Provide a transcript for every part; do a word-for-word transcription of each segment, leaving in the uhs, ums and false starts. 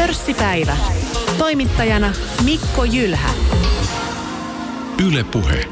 Pörssipäivä. Toimittajana Mikko Jylhä. Yle Puhe.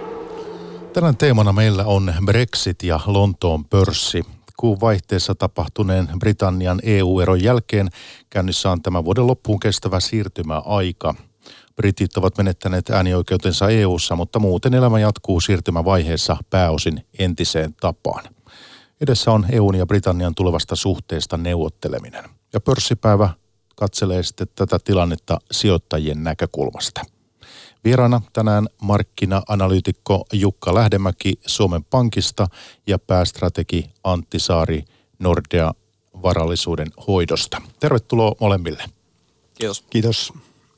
Tänään teemana meillä on Brexit ja Lontoon pörssi. Kuun vaihteessa tapahtuneen Britannian E U-eron jälkeen käynnissä on tämän vuoden loppuun kestävä siirtymäaika. Britit ovat menettäneet äänioikeutensa E U:ssa, mutta muuten elämä jatkuu siirtymävaiheessa pääosin entiseen tapaan. Edessä on E U:n ja Britannian tulevasta suhteesta neuvotteleminen. Ja pörssipäivä katselee sitten tätä tilannetta sijoittajien näkökulmasta. Vieraana tänään markkina-analyytikko Jukka Lähdemäki Suomen Pankista ja päästrategi Antti Saari Nordea varallisuuden hoidosta. Tervetuloa molemmille. Kiitos. Kiitos.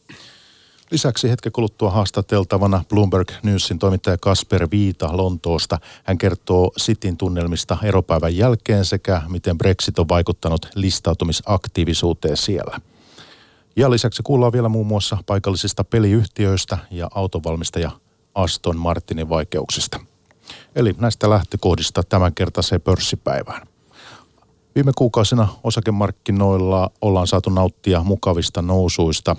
Lisäksi hetken kuluttua haastateltavana Bloomberg Newsin toimittaja Kasper Viita Lontoosta. Hän kertoo Cityn tunnelmista eropäivän jälkeen sekä miten Brexit on vaikuttanut listautumisaktiivisuuteen siellä. Ja lisäksi kuullaan vielä muun muassa paikallisista peliyhtiöistä ja autonvalmistaja Aston Martinin vaikeuksista. Eli näistä lähtökohdista tämänkertaiseen pörssipäivään. Viime kuukausina osakemarkkinoilla ollaan saatu nauttia mukavista nousuista.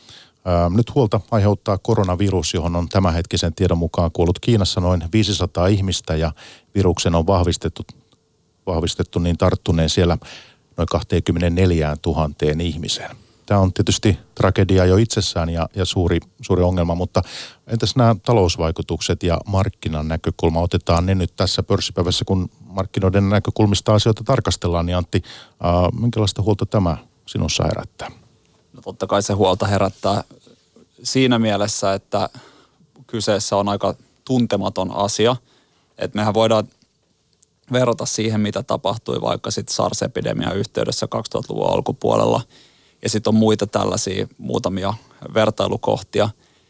Nyt huolta aiheuttaa koronavirus, johon on tämänhetkisen tiedon mukaan kuollut Kiinassa noin viisisataa ihmistä ja viruksen on vahvistettu, vahvistettu niin tarttuneen siellä noin kaksikymmentäneljätuhatta ihmiseen. Tämä on tietysti tragedia jo itsessään ja, ja suuri, suuri ongelma, mutta entäs nämä talousvaikutukset ja markkinan näkökulma? Otetaan ne nyt tässä pörssipäivässä, kun markkinoiden näkökulmista asioita tarkastellaan, niin Antti, äh, minkälaista huolta tämä sinussa herättää? No totta kai se huolta herättää siinä mielessä, että kyseessä on aika tuntematon asia. Että mehän voidaan verrata siihen, mitä tapahtui vaikka sitten SARS-epidemian yhteydessä kaksituhattaluvun alkupuolella. Ja sitten on muita tällaisia muutamia vertailukohtia.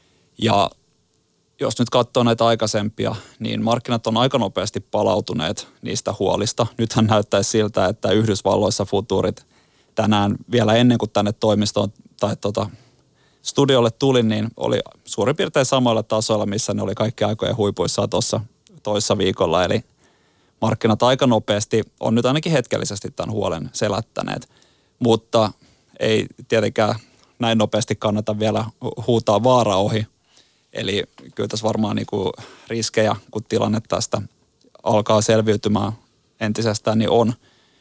Ja jos nyt katsoo näitä aikaisempia, niin markkinat on aika nopeasti palautuneet niistä huolista. Nythän näyttäisi siltä, että Yhdysvalloissa futuurit tänään vielä ennen kuin tänne toimistoon tai tuota studiolle tulin, niin oli suurin piirtein samoilla tasoilla, missä ne oli kaikki aikojen huipuissaan tuossa toissa viikolla. Eli markkinat aika nopeasti on nyt ainakin hetkellisesti tämän huolen selättäneet, mutta ei tietenkään näin nopeasti kannata vielä huutaa vaara ohi. Eli kyllä tässä varmaan niinku riskejä, kun tilanne tästä alkaa selviytymään entisestään, niin on.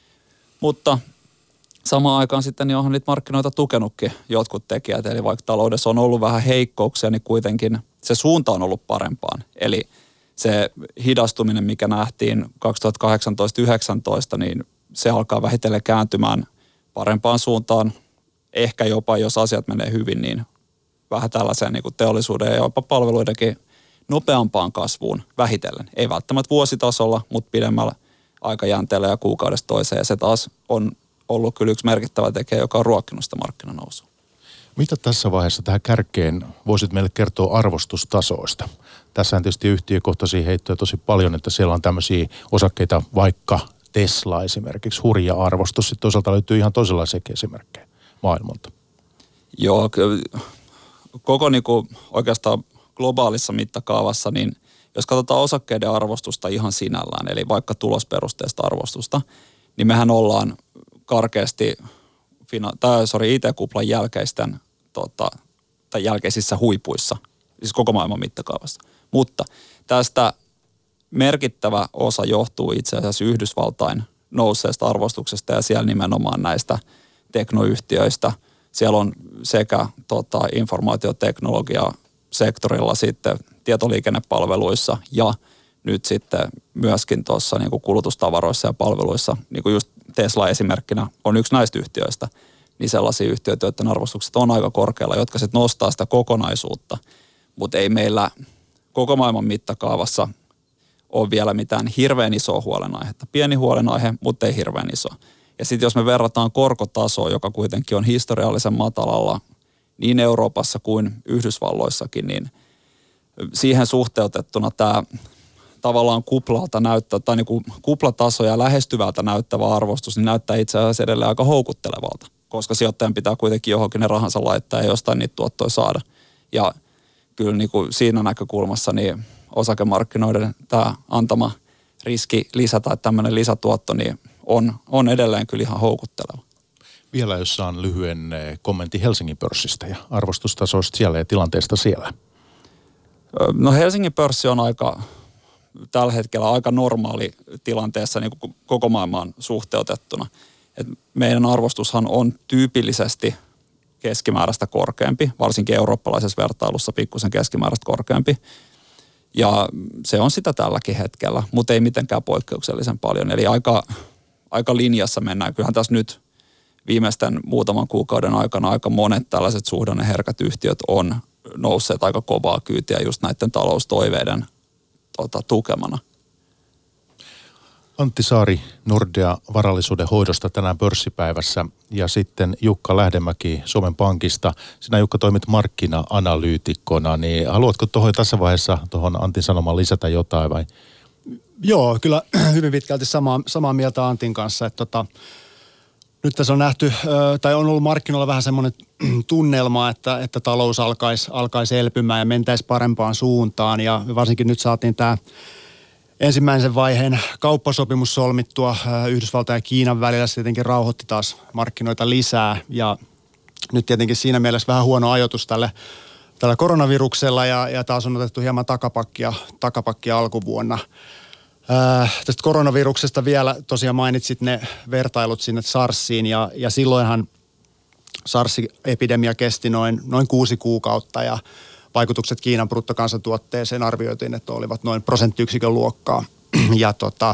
Mutta samaan aikaan sitten niin onhan niitä markkinoita tukenutkin jotkut tekijät. Eli vaikka taloudessa on ollut vähän heikkouksia, niin kuitenkin se suunta on ollut parempaan. Eli se hidastuminen, mikä nähtiin kaksituhattakahdeksantoista yhdeksäntoista, niin se alkaa vähitellen kääntymään parempaan suuntaan. Ehkä jopa, jos asiat menee hyvin, niin vähän tällaiseen niin kuin teollisuuden ja jopa palveluidenkin nopeampaan kasvuun vähitellen. Ei välttämättä vuositasolla, mutta pidemmällä aikajänteellä ja kuukaudesta toiseen. Ja se taas on ollut kyllä yksi merkittävä tekijä, joka on ruokkinut sitä markkinanousua. Mitä tässä vaiheessa tähän kärkeen voisit meille kertoa arvostustasoista? Tässä on tietysti yhtiökohtaisia heittoja tosi paljon, että siellä on tämmöisiä osakkeita, vaikka Tesla esimerkiksi, hurja arvostus. Sitten toisaalta löytyy ihan toisenlaisiakin esimerkkejä maailmalta. Joo, koko niin kuin oikeastaan globaalissa mittakaavassa, niin jos katsotaan osakkeiden arvostusta ihan sinällään, eli vaikka tulosperusteista arvostusta, niin mehän ollaan karkeasti tai sorry, I T-kuplan jälkeisten, tota, tai jälkeisissä huipuissa, siis koko maailman mittakaavassa. Mutta tästä merkittävä osa johtuu itse asiassa Yhdysvaltain nousseesta arvostuksesta ja siellä nimenomaan näistä teknoyhtiöistä. Siellä on sekä tota, informaatioteknologia sektorilla sitten tietoliikennepalveluissa ja nyt sitten myöskin tuossa niin kuin kulutustavaroissa ja palveluissa, niin kuin just Tesla esimerkkinä on yksi näistä yhtiöistä, niin sellaisia yhtiöitä, joiden arvostukset on aika korkealla, jotka sitten nostaa sitä kokonaisuutta, mutta ei meillä koko maailman mittakaavassa ole vielä mitään hirveän isoa huolenaihetta. Pieni huolenaihe, mutta ei hirveän iso. Ja sitten jos me verrataan korkotasoa, joka kuitenkin on historiallisen matalalla niin Euroopassa kuin Yhdysvalloissakin, niin siihen suhteutettuna tämä tavallaan kuplalta näyttää, tai niin kuin kuplatasoja lähestyvältä näyttävä arvostus, niin näyttää itse asiassa edelleen aika houkuttelevalta, koska sijoittajan pitää kuitenkin johonkin ne rahansa laittaa ja jostain niitä tuottoja saada. Ja kyllä niin kuin siinä näkökulmassa niin osakemarkkinoiden tämä antama riski lisätä, että tämmöinen lisätuotto niin on, on edelleen kyllä ihan houkutteleva. Vielä jos saan lyhyen kommentin Helsingin pörssistä ja arvostustasoista siellä ja tilanteesta siellä. No Helsingin pörssi on aika, tällä hetkellä aika normaali tilanteessa niin kuin koko maailmaan suhteutettuna. Et meidän arvostushan on tyypillisesti keskimääräistä korkeampi, varsinkin eurooppalaisessa vertailussa pikkusen keskimääräistä korkeampi. Ja se on sitä tälläkin hetkellä, mutta ei mitenkään poikkeuksellisen paljon. Eli aika, aika linjassa mennään. Kyllähän tässä nyt viimeisten muutaman kuukauden aikana aika monet tällaiset suhdanneherkät yhtiöt on nousseet aika kovaa kyytiä just näiden taloustoiveiden tota, tukemana. Antti Saari Nordea varallisuuden hoidosta tänään pörssipäivässä ja sitten Jukka Lähdemäki Suomen Pankista. Sinä Jukka toimit markkina-analyytikkona, niin haluatko tuohon tässä vaiheessa tuohon Antin sanomaan lisätä jotain vai? Joo, kyllä hyvin pitkälti samaa, samaa mieltä Antin kanssa, että tota, nyt tässä on nähty, tai on ollut markkinoilla vähän semmoinen tunnelma, että, että talous alkaisi, alkaisi elpymään ja mentäisi parempaan suuntaan. Ja varsinkin nyt saatiin tämä ensimmäisen vaiheen kauppasopimus solmittua Yhdysvaltain ja Kiinan välillä. Se tietenkin rauhoitti taas markkinoita lisää. Ja nyt tietenkin siinä mielessä vähän huono ajoitus tälle, tällä koronaviruksella ja, ja taas on otettu hieman takapakkia, takapakkia alkuvuonna. Äh, tästä koronaviruksesta vielä tosiaan mainitsit ne vertailut sinne SARSiin ja, ja silloinhan SARS-epidemia kesti noin, noin kuusi kuukautta ja vaikutukset Kiinan bruttokansantuotteeseen arvioitiin, että olivat noin prosenttiyksikön luokkaa. Ja tota,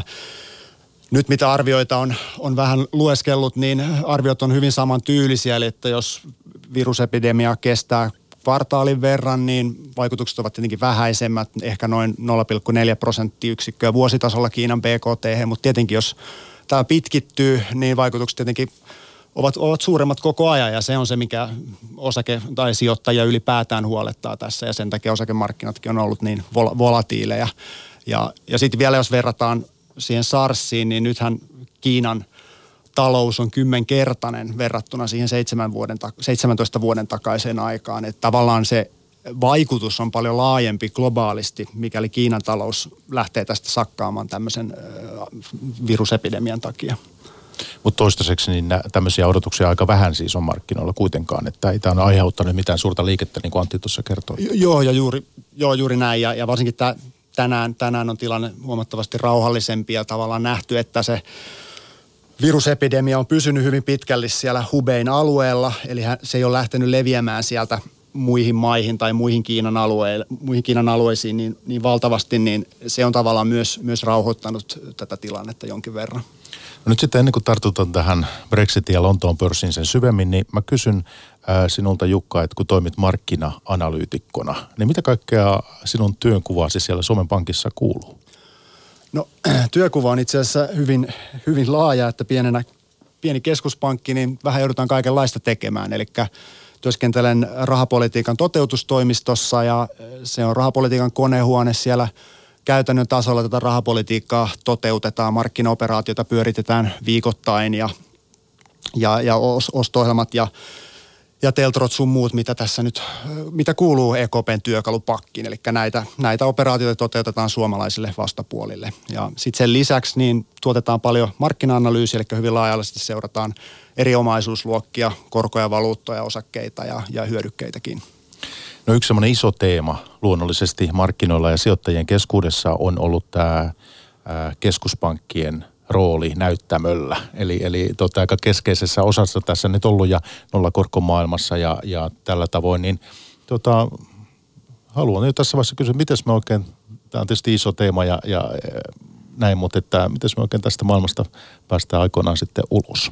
nyt mitä arvioita on, on vähän lueskellut, niin arviot on hyvin samantyylisiä, eli että jos virusepidemia kestää kvartaalin verran, niin vaikutukset ovat tietenkin vähäisemmät, ehkä noin nolla pilkku neljä prosenttiyksikköä vuositasolla Kiinan B K T, mutta tietenkin jos tämä pitkittyy, niin vaikutukset tietenkin ovat, ovat suuremmat koko ajan ja se on se, mikä osake- tai sijoittajia ylipäätään huolettaa tässä ja sen takia osakemarkkinatkin on ollut niin vol- volatiileja. Ja, ja sitten vielä jos verrataan siihen SARSiin, niin nythän Kiinan talous on kymmenkertainen verrattuna siihen seitsemän vuoden, seitsemäntoista vuoden takaiseen aikaan. Että tavallaan se vaikutus on paljon laajempi globaalisti, mikäli Kiinan talous lähtee tästä sakkaamaan tämmöisen virusepidemian takia. Mutta toistaiseksi niin tämmöisiä odotuksia aika vähän siis on markkinoilla kuitenkaan, että ei tämä ole aiheuttanut mitään suurta liikettä, niin kuin Antti tuossa kertoi. Joo, ja juuri, joo, juuri näin. Ja, ja varsinkin tää, tänään, tänään on tilanne huomattavasti rauhallisempi ja tavallaan nähty, että se virusepidemia on pysynyt hyvin pitkälle siellä Hubein alueella, eli se ei ole lähtenyt leviämään sieltä muihin maihin tai muihin Kiinan, alueille, muihin Kiinan alueisiin niin, niin valtavasti, niin se on tavallaan myös, myös rauhoittanut tätä tilannetta jonkin verran. No nyt sitten ennen kuin tartutaan tähän Brexitin ja Lontoon pörssiin sen syvemmin, niin mä kysyn ää, sinulta Jukka, että kun toimit markkina-analyytikkona, niin mitä kaikkea sinun työnkuvasi siellä Suomen Pankissa kuuluu? No työkuva on itse asiassa hyvin, hyvin laaja, että pienenä, pieni keskuspankki, niin vähän joudutaan kaikenlaista tekemään. Eli työskentelen rahapolitiikan toteutustoimistossa ja se on rahapolitiikan konehuone siellä. Käytännön tasolla tätä rahapolitiikkaa toteutetaan, markkinaoperaatiota pyöritetään viikoittain ja, ja, ja osto-ohjelmat ja, ja teltrot sun muut, mitä tässä nyt, mitä kuuluu E K P:n työkalupakkiin. Eli näitä, näitä operaatioita toteutetaan suomalaisille vastapuolille. Ja sitten sen lisäksi niin tuotetaan paljon markkina-analyysiä, eli hyvin laajallisesti seurataan eri omaisuusluokkia, korkoja, valuuttoja, osakkeita ja, ja hyödykkeitäkin. No yksi semmoinen iso teema luonnollisesti markkinoilla ja sijoittajien keskuudessa on ollut tämä keskuspankkien rooli näyttämöllä. Eli, eli tota, aika keskeisessä osassa tässä nyt ollut ja nollakorkomaailmassa ja, ja tällä tavoin, niin tota, haluan jo tässä vaiheessa kysyä, miten me oikein, tämä on tietysti iso teema ja, ja näin, mutta että miten me oikein tästä maailmasta päästään aikoinaan sitten ulos?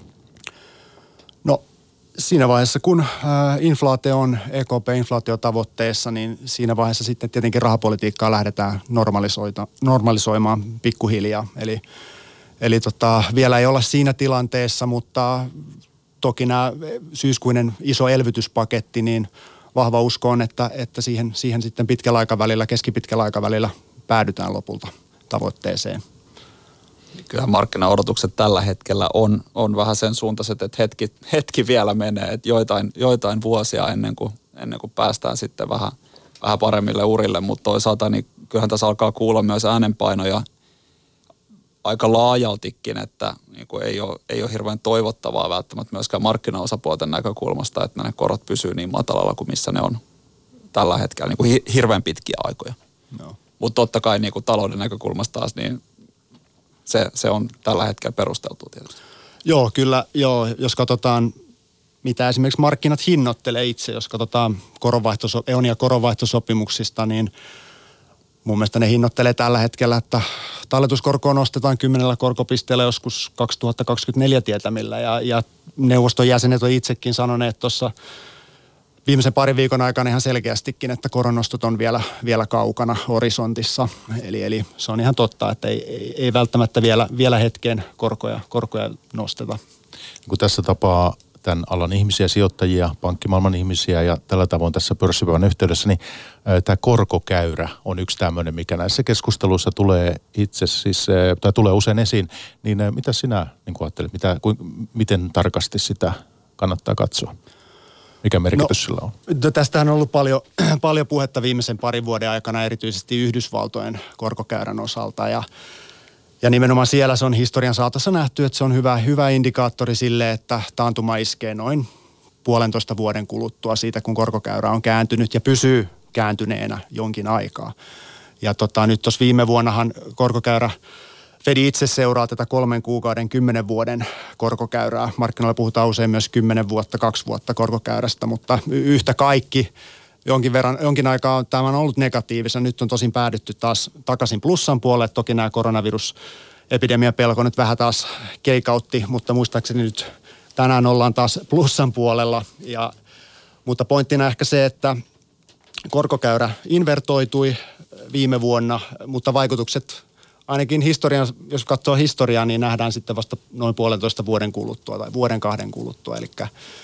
No siinä vaiheessa, kun inflaatio on E K P-inflaatiotavoitteessa, niin siinä vaiheessa sitten tietenkin rahapolitiikkaa lähdetään normalisoimaan pikkuhiljaa. Eli, eli tota, vielä ei olla siinä tilanteessa, mutta toki nämä syyskuinen iso elvytyspaketti, niin vahva usko on, että, että siihen, siihen sitten pitkällä aikavälillä, keskipitkällä aikavälillä päädytään lopulta tavoitteeseen. Kyllähän markkinaodotukset tällä hetkellä on, on vähän sen suuntaiset, että hetki, hetki vielä menee, että joitain, joitain vuosia ennen kuin, ennen kuin päästään sitten vähän, vähän paremmille urille, mutta toisaalta niin kyllähän tässä alkaa kuulla myös äänenpainoja aika laajaltikin, että niin kuin ei, ole, ei ole hirveän toivottavaa välttämättä myöskään markkinaosapuolten näkökulmasta, että ne korot pysyy niin matalalla kuin missä ne on tällä hetkellä niin kuin hirveän pitkiä aikoja. No. Mutta totta kai niin kuin talouden näkökulmasta taas, niin se, se on tällä hetkellä perusteltua tietysti. Joo, kyllä. Joo, jos katsotaan, mitä esimerkiksi markkinat hinnoittelee itse, jos katsotaan koronvaihtoso- Eonia koronvaihtosopimuksista, niin mun mielestä ne hinnoittelee tällä hetkellä, että talletuskorkoa nostetaan kymmenellä korkopisteellä joskus kaksituhattakaksikymmentäneljä tietämillä. Ja, ja neuvoston jäsenet on itsekin sanoneet tuossa viimeisen parin viikon aikana ihan selkeästikin, että koronnostot on vielä, vielä kaukana horisontissa. Eli, eli se on ihan totta, että ei, ei, ei välttämättä vielä, vielä hetkeen korkoja, korkoja nosteta. Kun tässä tapaa tämän alan ihmisiä, sijoittajia, pankkimaailman ihmisiä ja tällä tavoin tässä pörssipäivän yhteydessä, niin tämä korkokäyrä on yksi tämmöinen, mikä näissä keskusteluissa tulee itse siis, tai tulee usein esiin. Niin mitä sinä niin ajattelet, mitä, ku, miten tarkasti sitä kannattaa katsoa? Mikä merkitys no, sillä on? Tästähän on ollut paljon, paljon puhetta viimeisen parin vuoden aikana, erityisesti Yhdysvaltojen korkokäyrän osalta. Ja, ja nimenomaan siellä se on historian saatossa nähty, että se on hyvä, hyvä indikaattori sille, että taantuma iskee noin puolentoista vuoden kuluttua siitä, kun korkokäyrä on kääntynyt ja pysyy kääntyneenä jonkin aikaa. Ja tota, nyt tuossa viime vuonnahan korkokäyrä, Fed itse seuraa tätä kolmen kuukauden, kymmenen vuoden korkokäyrää. Markkinoilla puhutaan usein myös kymmenen vuotta, kaksi vuotta korkokäyrästä, mutta yhtä kaikki jonkin verran, jonkin aikaa on tämä on ollut negatiivista. Nyt on tosin päädytty taas takaisin plussan puolelle. Toki nämä koronavirusepidemian pelko nyt vähän taas keikautti, mutta muistaakseni nyt tänään ollaan taas plussan puolella. Ja, mutta pointtina ehkä se, että korkokäyrä invertoitui viime vuonna, mutta vaikutukset ainakin historian, jos katsoo historiaa, niin nähdään sitten vasta noin puolentoista vuoden kuluttua tai vuoden kahden kuluttua. Eli,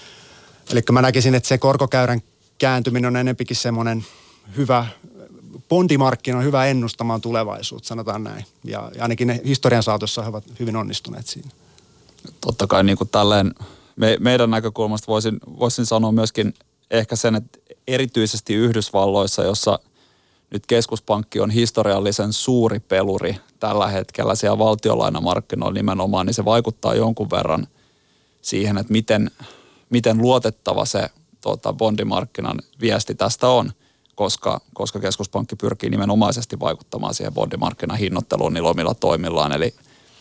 eli mä näkisin, että se korkokäyrän kääntyminen on enempikin semmoinen hyvä, bondimarkkina on hyvä ennustamaan tulevaisuutta, sanotaan näin. Ja ainakin ne historian saatossa he ovat hyvin onnistuneet siinä. Totta kai niin kuin tälleen me, meidän näkökulmasta voisin, voisin sanoa myöskin ehkä sen, että erityisesti Yhdysvalloissa, jossa nyt keskuspankki on historiallisen suuri peluri tällä hetkellä siellä valtionlainamarkkinoilla nimenomaan, niin se vaikuttaa jonkun verran siihen, että miten, miten luotettava se tota, bondimarkkinan viesti tästä on, koska, koska keskuspankki pyrkii nimenomaisesti vaikuttamaan siihen bondimarkkinan hinnoitteluun niillä omilla toimillaan. Eli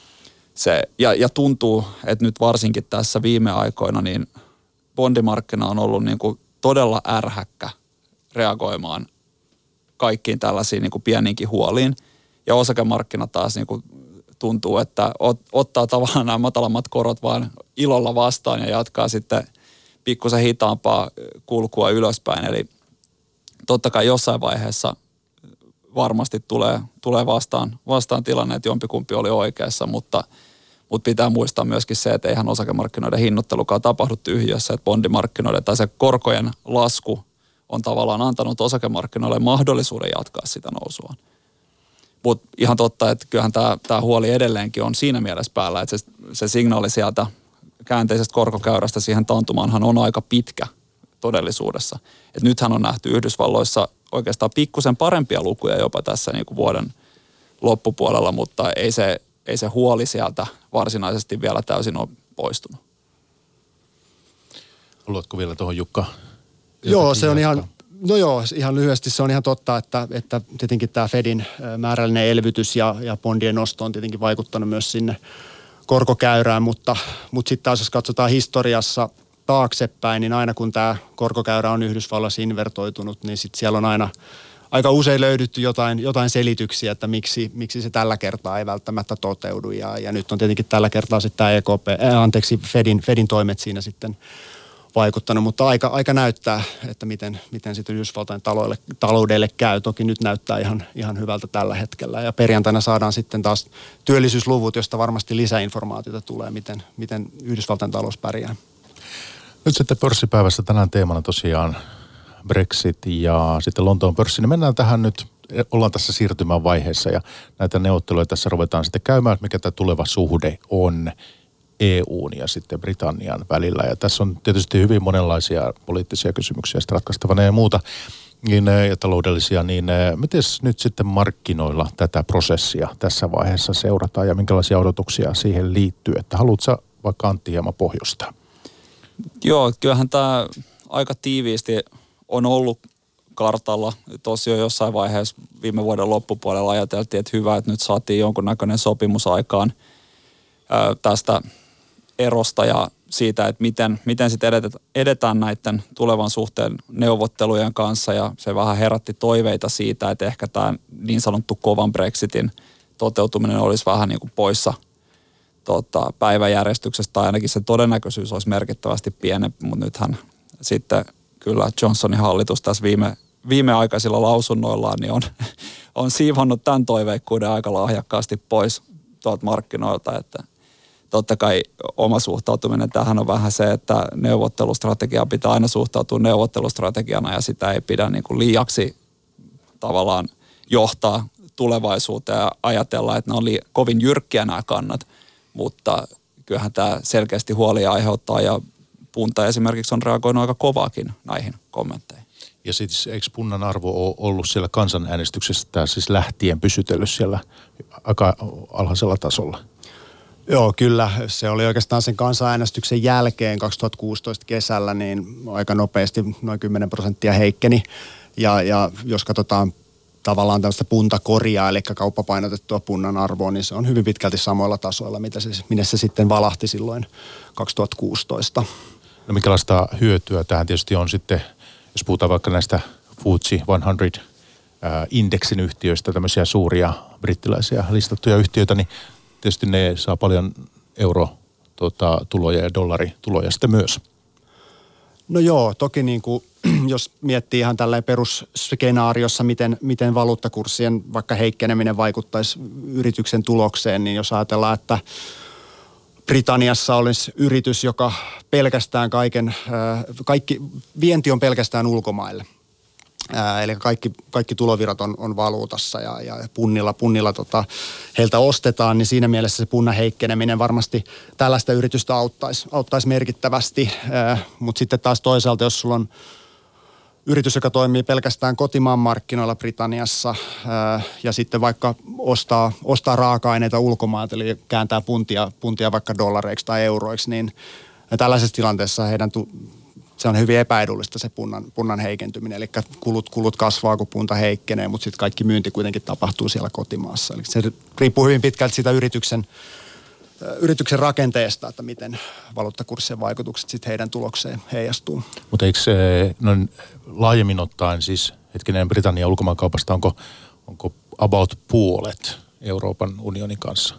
se, ja, ja tuntuu, että nyt varsinkin tässä viime aikoina niin bondimarkkina on ollut niin kuin todella ärhäkkä reagoimaan kaikkiin tällaisiin niin kuin pieniinkin huoliin. Ja osakemarkkina taas niin kuin tuntuu, että ot, ottaa tavallaan nämä matalammat korot vaan ilolla vastaan ja jatkaa sitten pikkusen hitaampaa kulkua ylöspäin. Eli totta kai jossain vaiheessa varmasti tulee, tulee vastaan, vastaan tilanne, että jompikumpi oli oikeassa, mutta, mutta pitää muistaa myöskin se, että eihän osakemarkkinoiden hinnoittelukaan tapahdu tyhjössä, että bondimarkkinoiden tai se korkojen lasku on tavallaan antanut osakemarkkinoille mahdollisuuden jatkaa sitä nousua. Mutta ihan totta, että kyllähän tämä huoli edelleenkin on siinä mielessä päällä, että se, se signaali sieltä käänteisestä korkokäyrästä siihen taantumaanhan on aika pitkä todellisuudessa. Et nythän on nähty Yhdysvalloissa oikeastaan pikkusen parempia lukuja jopa tässä niin kuin vuoden loppupuolella, mutta ei se, ei se huoli sieltä varsinaisesti vielä täysin ole poistunut. Haluatko vielä tuohon Jukka? Joo, se on ihan, no joo, ihan lyhyesti se on ihan totta, että, että tietenkin tämä Fedin määrällinen elvytys ja, ja bondien nosto on tietenkin vaikuttanut myös sinne korkokäyrään, mutta, mutta sitten taas jos katsotaan historiassa taaksepäin, niin aina kun tämä korkokäyrä on Yhdysvalloissa invertoitunut, niin sitten siellä on aina aika usein löydetty jotain, jotain selityksiä, että miksi, miksi se tällä kertaa ei välttämättä toteudu. Ja, ja nyt on tietenkin tällä kertaa sitten tämä E K P, äh, anteeksi, Fedin, Fedin toimet siinä sitten vaikuttanut, mutta aika, aika näyttää, että miten, miten sitten Yhdysvaltain taloudelle, taloudelle käy. Toki nyt näyttää ihan, ihan hyvältä tällä hetkellä. Ja perjantaina saadaan sitten taas työllisyysluvut, josta varmasti lisäinformaatiota tulee, miten, miten Yhdysvaltain talous pärjää. Nyt sitten pörssipäivässä tänään teemana tosiaan Brexit ja sitten Lontoon pörssi. Niin mennään tähän nyt, ollaan tässä siirtymän vaiheessa ja näitä neuvotteluja tässä ruvetaan sitten käymään, että mikä tämä tuleva suhde on E U:n ja sitten Britannian välillä. Ja tässä on tietysti hyvin monenlaisia poliittisia kysymyksiä sitten ratkaistavana ja muuta. Niin, ja taloudellisia, niin miten nyt sitten markkinoilla tätä prosessia tässä vaiheessa seurataan ja minkälaisia odotuksia siihen liittyy, että haluatko vaikka Antti hieman pohjustaa? Joo, kyllähän tämä aika tiiviisti on ollut kartalla. Tosiaan jossain vaiheessa viime vuoden loppupuolella ajateltiin, että hyvä, että nyt saatiin jonkunnäköinen sopimus aikaan ää, tästä erosta ja siitä, että miten, miten sitten edetään näiden tulevan suhteen neuvottelujen kanssa ja se vähän herätti toiveita siitä, että ehkä tämä niin sanottu kovan Brexitin toteutuminen olisi vähän niin kuin poissa tota, päiväjärjestyksestä tai ainakin se todennäköisyys olisi merkittävästi pienempi, mutta nythän sitten kyllä Johnsonin hallitus tässä viime, viimeaikaisilla lausunnoillaan niin on, on siivonnut tämän toiveikkuuden aika lahjakkaasti pois tuolta markkinoilta, että totta kai oma suhtautuminen tähän on vähän se, että neuvottelustrategia pitää aina suhtautua neuvottelustrategiana ja sitä ei pidä niin kuin liiaksi tavallaan johtaa tulevaisuuteen ja ajatella, että ne on li- kovin jyrkkiä nämä kannat, mutta kyllähän tämä selkeästi huolia aiheuttaa ja punta esimerkiksi on reagoinut aika kovaakin näihin kommentteihin. Ja siis eikö punnan arvo ole ollut siellä kansanäänestyksessä, tämä siis lähtien pysytellyt siellä aika alhaisella tasolla? Joo, kyllä. Se oli oikeastaan sen kansanäänestyksen jälkeen kaksituhattakuusitoista kesällä, niin aika nopeasti noin kymmenen prosenttia heikkeni. Ja, ja jos katsotaan tavallaan tällaista puntakoria, eli kauppapainotettua punnan arvoa, niin se on hyvin pitkälti samoilla tasoilla, mitä se, minne se sitten valahti silloin kaksituhattakuusitoista. No minkälaista hyötyä tähän tietysti on sitten, jos puhutaan vaikka näistä F T S E sata-indeksin yhtiöistä, tämmöisiä suuria brittiläisiä listattuja yhtiöitä, niin tietysti ne saa paljon eurotuloja ja dollarituloja sitten myös. No joo, toki niin kuin, jos miettii ihan tällainen perusskenaariossa, miten, miten valuuttakurssien vaikka heikkeneminen vaikuttaisi yrityksen tulokseen, niin jos ajatellaan, että Britanniassa olisi yritys, joka pelkästään kaiken, kaikki, vienti on pelkästään ulkomaille. Ää, eli kaikki, kaikki tulovirrat on, on valuutassa ja, ja punnilla, punnilla tota, heiltä ostetaan, niin siinä mielessä se punnan heikkeneminen varmasti tällaista yritystä auttaisi, auttaisi merkittävästi. Mutta sitten taas toisaalta, jos sulla on yritys, joka toimii pelkästään kotimaan markkinoilla Britanniassa ää, ja sitten vaikka ostaa, ostaa raaka-aineita ulkomailta, eli kääntää puntia, puntia vaikka dollareiksi tai euroiksi, niin tällaisessa tilanteessa heidän tu- se on hyvin epäedullista se punnan, punnan heikentyminen, eli kulut, kulut kasvaa, kun punta heikkenee, mutta sitten kaikki myynti kuitenkin tapahtuu siellä kotimaassa. Eli se riippuu hyvin pitkälti siitä yrityksen, yrityksen rakenteesta, että miten valuuttakurssien vaikutukset sitten heidän tulokseen heijastuu. Mutta eikö se noin laajemmin ottaen siis hetkinen Britannian ulkomaankaupasta, onko, onko about puolet Euroopan unionin kanssa?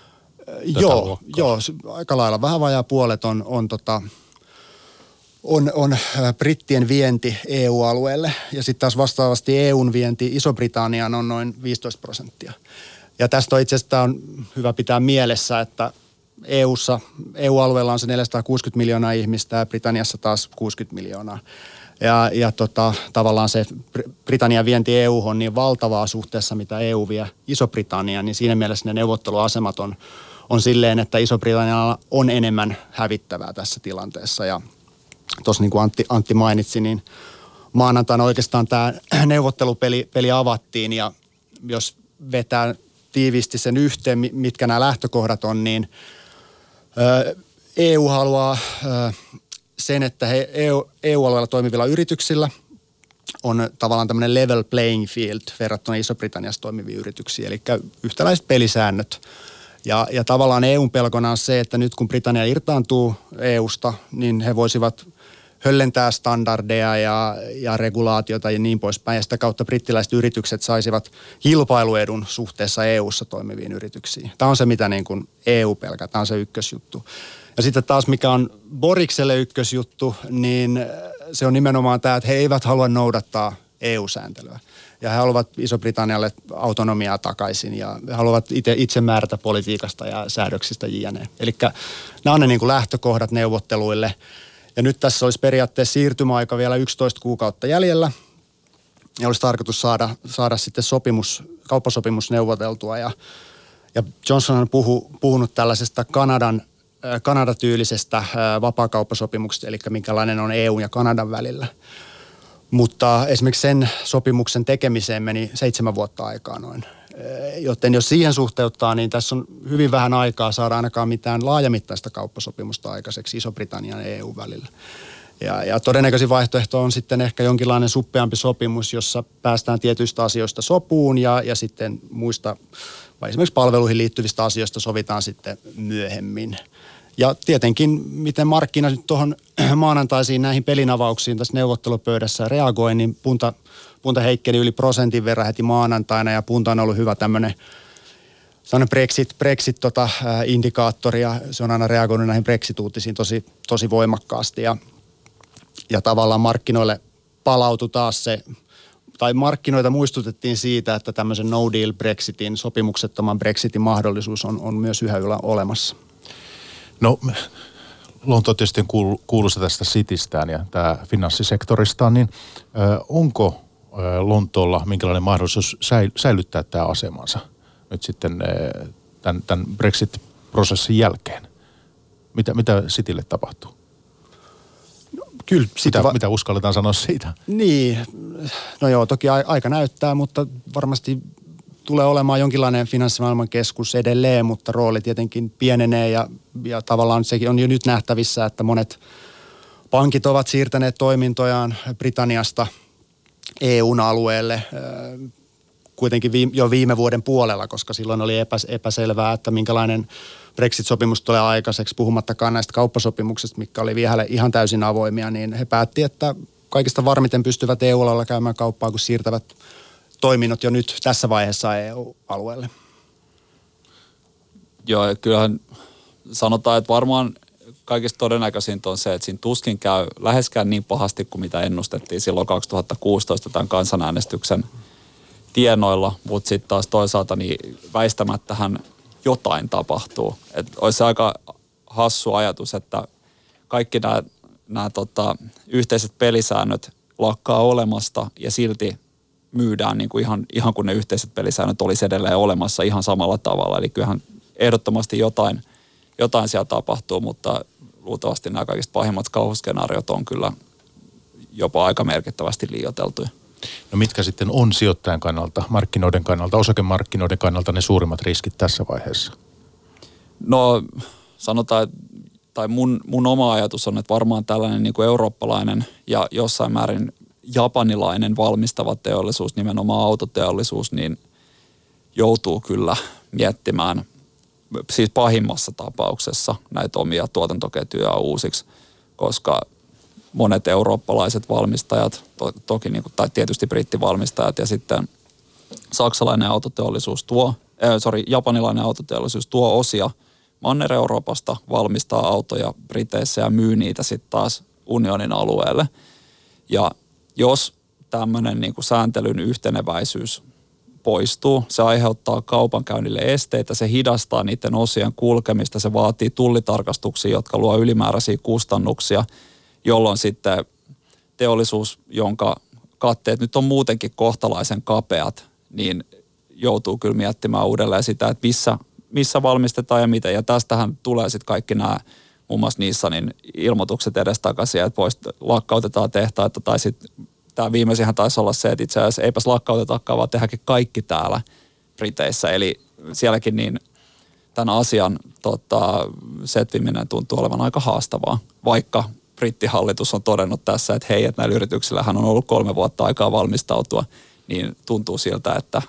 Joo, joo, aika lailla. Vähän vajaa puolet on, on tota... On, on brittien vienti E U-alueelle ja sitten taas vastaavasti E U:n vienti Iso-Britanniaan on noin viisitoista prosenttia. Ja tästä on itse asiassa on hyvä pitää mielessä, että E U:ssa, E U-alueella on se neljäsataakuusikymmentä miljoonaa ihmistä ja Britanniassa taas kuusikymmentä miljoonaa. Ja, ja tota, tavallaan se Britannian vienti E U:hon on niin valtavaa suhteessa, mitä E U vie Iso-Britanniaan, niin siinä mielessä ne neuvotteluasemat on, on silleen, että Iso-Britannialla on enemmän hävittävää tässä tilanteessa ja tuossa niin kuin Antti, Antti mainitsi, niin maanantaina oikeastaan tämä neuvottelupeli peli avattiin ja jos vetää tiiviisti sen yhteen, mitkä nämä lähtökohdat on, niin E U haluaa sen, että he E U-alueella toimivilla yrityksillä on tavallaan tämmöinen level playing field verrattuna Iso-Britanniassa toimiviin yrityksiin, eli yhtäläiset pelisäännöt. Ja, ja tavallaan E U:n pelkona on se, että nyt kun Britannia irtaantuu E U:sta, niin he voisivat höllentää standardeja ja, ja regulaatiota ja niin poispäin. Ja sitä kautta brittiläiset yritykset saisivat kilpailuedun suhteessa E U:ssa toimiviin yrityksiin. Tämä on se, mitä niin kuin E U pelkää. Tämä on se ykkösjuttu. Ja sitten taas, mikä on Borikselle ykkösjuttu, niin se on nimenomaan tämä, että he eivät halua noudattaa E U-sääntelyä. Ja he haluavat Iso-Britannialle autonomiaa takaisin ja he haluavat itse, itse määrätä politiikasta ja säädöksistä jne. Eli nämä on ne niin kuin lähtökohdat neuvotteluille. Ja nyt tässä olisi periaatteessa siirtymäaika vielä yksitoista kuukautta jäljellä. Ja olisi tarkoitus saada, saada sitten sopimus, kauppasopimus neuvoteltua. Ja, ja Johnson on puhu, puhunut tällaisesta Kanadan, äh, Kanada-tyylisestä äh, vapaakauppasopimuksesta, eli minkälainen on E U ja Kanadan välillä. Mutta esimerkiksi sen sopimuksen tekemiseen meni seitsemän vuotta aikaa noin. Joten jos siihen suhteuttaa, niin tässä on hyvin vähän aikaa saada ainakaan mitään laajamittaista kauppasopimusta aikaiseksi Iso-Britannian ja E U välillä. Ja, ja todennäköisin vaihtoehto on sitten ehkä jonkinlainen suppeampi sopimus, jossa päästään tietyistä asioista sopuun ja, ja sitten muista, vai esimerkiksi palveluihin liittyvistä asioista sovitaan sitten myöhemmin. Ja tietenkin, miten markkina nyt tuohon maanantaisiin näihin pelinavauksiin tässä neuvottelupöydässä reagoi, niin punta, punta heikkeli yli prosentin verran heti maanantaina ja punta on ollut hyvä tämmöinen Brexit, Brexit tota, ää, indikaattori ja se on aina reagoinut näihin Brexit-uutisiin tosi, tosi voimakkaasti ja, ja tavallaan markkinoille palautui taas se, tai markkinoita muistutettiin siitä, että tämmöisen no deal Brexitin, sopimuksettoman Brexitin mahdollisuus on, on myös yhä yllä olemassa. No, Lonto tietysti kuulu, kuuluisa tästä Citystä ja tämä finanssisektoristaan, niin ö, onko ö, Lontoolla minkälainen mahdollisuus säil, säilyttää tämä asemansa nyt sitten ö, tämän, tämän Brexit-prosessin jälkeen? Mitä, mitä Citylle tapahtuu? No, kyllä. Mitä, va- mitä uskalletaan sanoa siitä? Niin, no joo, toki aika näyttää, mutta varmasti tulee olemaan jonkinlainen finanssimaailman keskus edelleen, mutta rooli tietenkin pienenee ja, ja tavallaan sekin on jo nyt nähtävissä, että monet pankit ovat siirtäneet toimintojaan Britanniasta E U:n alueelle kuitenkin viime, jo viime vuoden puolella, koska silloin oli epäs, epäselvää, että minkälainen Brexit-sopimus tulee aikaiseksi, puhumattakaan näistä kauppasopimuksista, mitkä oli vielä ihan täysin avoimia, niin he päätti, että kaikista varmiten pystyvät E U-alueella käymään kauppaa, kun siirtävät toiminnot jo nyt tässä vaiheessa E U-alueelle. Joo, kyllähän sanotaan, että varmaan kaikista todennäköisintä on se, että siinä tuskin käy läheskään niin pahasti kuin mitä ennustettiin silloin kaksituhattakuusitoista tämän kansanäänestyksen tienoilla, mutta sitten taas toisaalta niin väistämättähän jotain tapahtuu. Että olisi se aika hassu ajatus, että kaikki nämä, nämä tota, yhteiset pelisäännöt lakkaa olemasta ja silti myydään niin kuin ihan, ihan kun ne yhteiset pelisäännöt olisi edelleen olemassa ihan samalla tavalla. Eli kyllähän ehdottomasti jotain, jotain siellä tapahtuu, mutta luultavasti nämä kaikista pahimmat kauhuskenaariot on kyllä jopa aika merkittävästi liioiteltuja. No mitkä sitten on sijoittajan kannalta, markkinoiden kannalta, osakemarkkinoiden kannalta ne suurimmat riskit tässä vaiheessa? No sanotaan, tai mun, mun oma ajatus on, että varmaan tällainen niin kuin eurooppalainen ja jossain määrin japanilainen valmistava teollisuus, nimenomaan autoteollisuus, niin joutuu kyllä miettimään siis pahimmassa tapauksessa näitä omia tuotantoketjuja uusiksi, koska monet eurooppalaiset valmistajat, to, toki niin kuin, tai tietysti brittivalmistajat ja sitten saksalainen autoteollisuus tuo, äh, sorry, japanilainen autoteollisuus tuo osia Manner-Euroopasta, valmistaa autoja Briteissä ja myy niitä sitten taas unionin alueelle. Ja jos tämmöinen niin kuin sääntelyn yhteneväisyys poistuu, se aiheuttaa kaupankäynnille esteitä, se hidastaa niiden osien kulkemista, se vaatii tullitarkastuksia, jotka luo ylimääräisiä kustannuksia, jolloin sitten teollisuus, jonka katteet nyt on muutenkin kohtalaisen kapeat, niin joutuu kyllä miettimään uudelleen sitä, että missä, missä valmistetaan ja miten. Ja tästähän tulee sitten kaikki nämä muun muassa Nissanin ilmoitukset edestakaisin, että pois lakkautetaan tehtaita tai sitten tämä viimeisinhän taisi olla se, että itse asiassa eipäs lakkautetakaan, vaan tehdäänkin kaikki täällä Briteissä. Eli sielläkin niin tämän asian tota, setviminen tuntuu olevan aika haastavaa, vaikka brittihallitus on todennut tässä, että hei, että näillä yrityksillähän on ollut kolme vuotta aikaa valmistautua, niin tuntuu siltä, että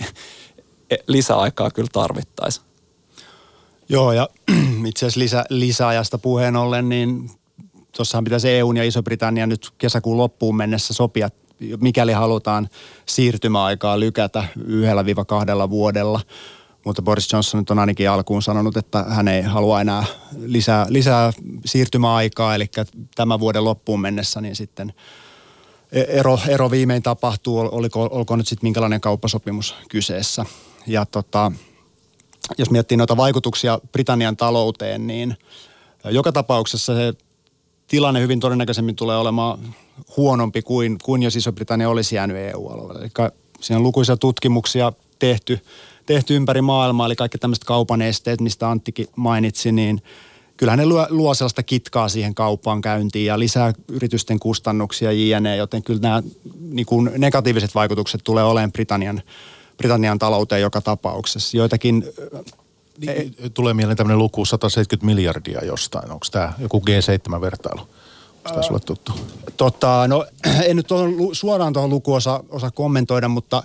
lisäaikaa kyllä tarvittaisiin. Joo, ja itse asiassa lisä, lisäajasta puheen ollen, niin tuossahan pitäisi E U:n ja Iso-Britannia nyt kesäkuun loppuun mennessä sopia, mikäli halutaan siirtymäaikaa lykätä yhdellä viiva kahdella vuodella. Mutta Boris Johnson nyt on ainakin alkuun sanonut, että hän ei halua enää lisää, lisää siirtymäaikaa, eli tämän vuoden loppuun mennessä niin sitten ero, ero viimein tapahtuu, oliko, olkoon nyt sitten minkälainen kauppasopimus kyseessä. Ja tota, jos miettii noita vaikutuksia Britannian talouteen, niin joka tapauksessa se tilanne hyvin todennäköisemmin tulee olemaan huonompi kuin, kuin jos Iso-Britannia olisi jäänyt E U-alueelle. Eli siinä on lukuisia tutkimuksia tehty, tehty ympäri maailmaa, eli kaikki tämmöiset kaupan esteet, mistä Anttikin mainitsi, niin kyllähän ne luo, luo sellaista kitkaa siihen kauppaan käyntiin ja lisää yritysten kustannuksia jne, joten kyllä nämä niin kuin negatiiviset vaikutukset tulee olemaan Britannian, Britannian talouteen joka tapauksessa. Joitakin... Niin, tulee mieleen tämmöinen luku sata seitsemänkymmentä miljardia jostain. Onko tämä joku G seitsemän vertailu? Onko tämä sulle tuttu? Tota, no en nyt tuohon, suoraan tuohon lukuun osaa, osaa kommentoida, mutta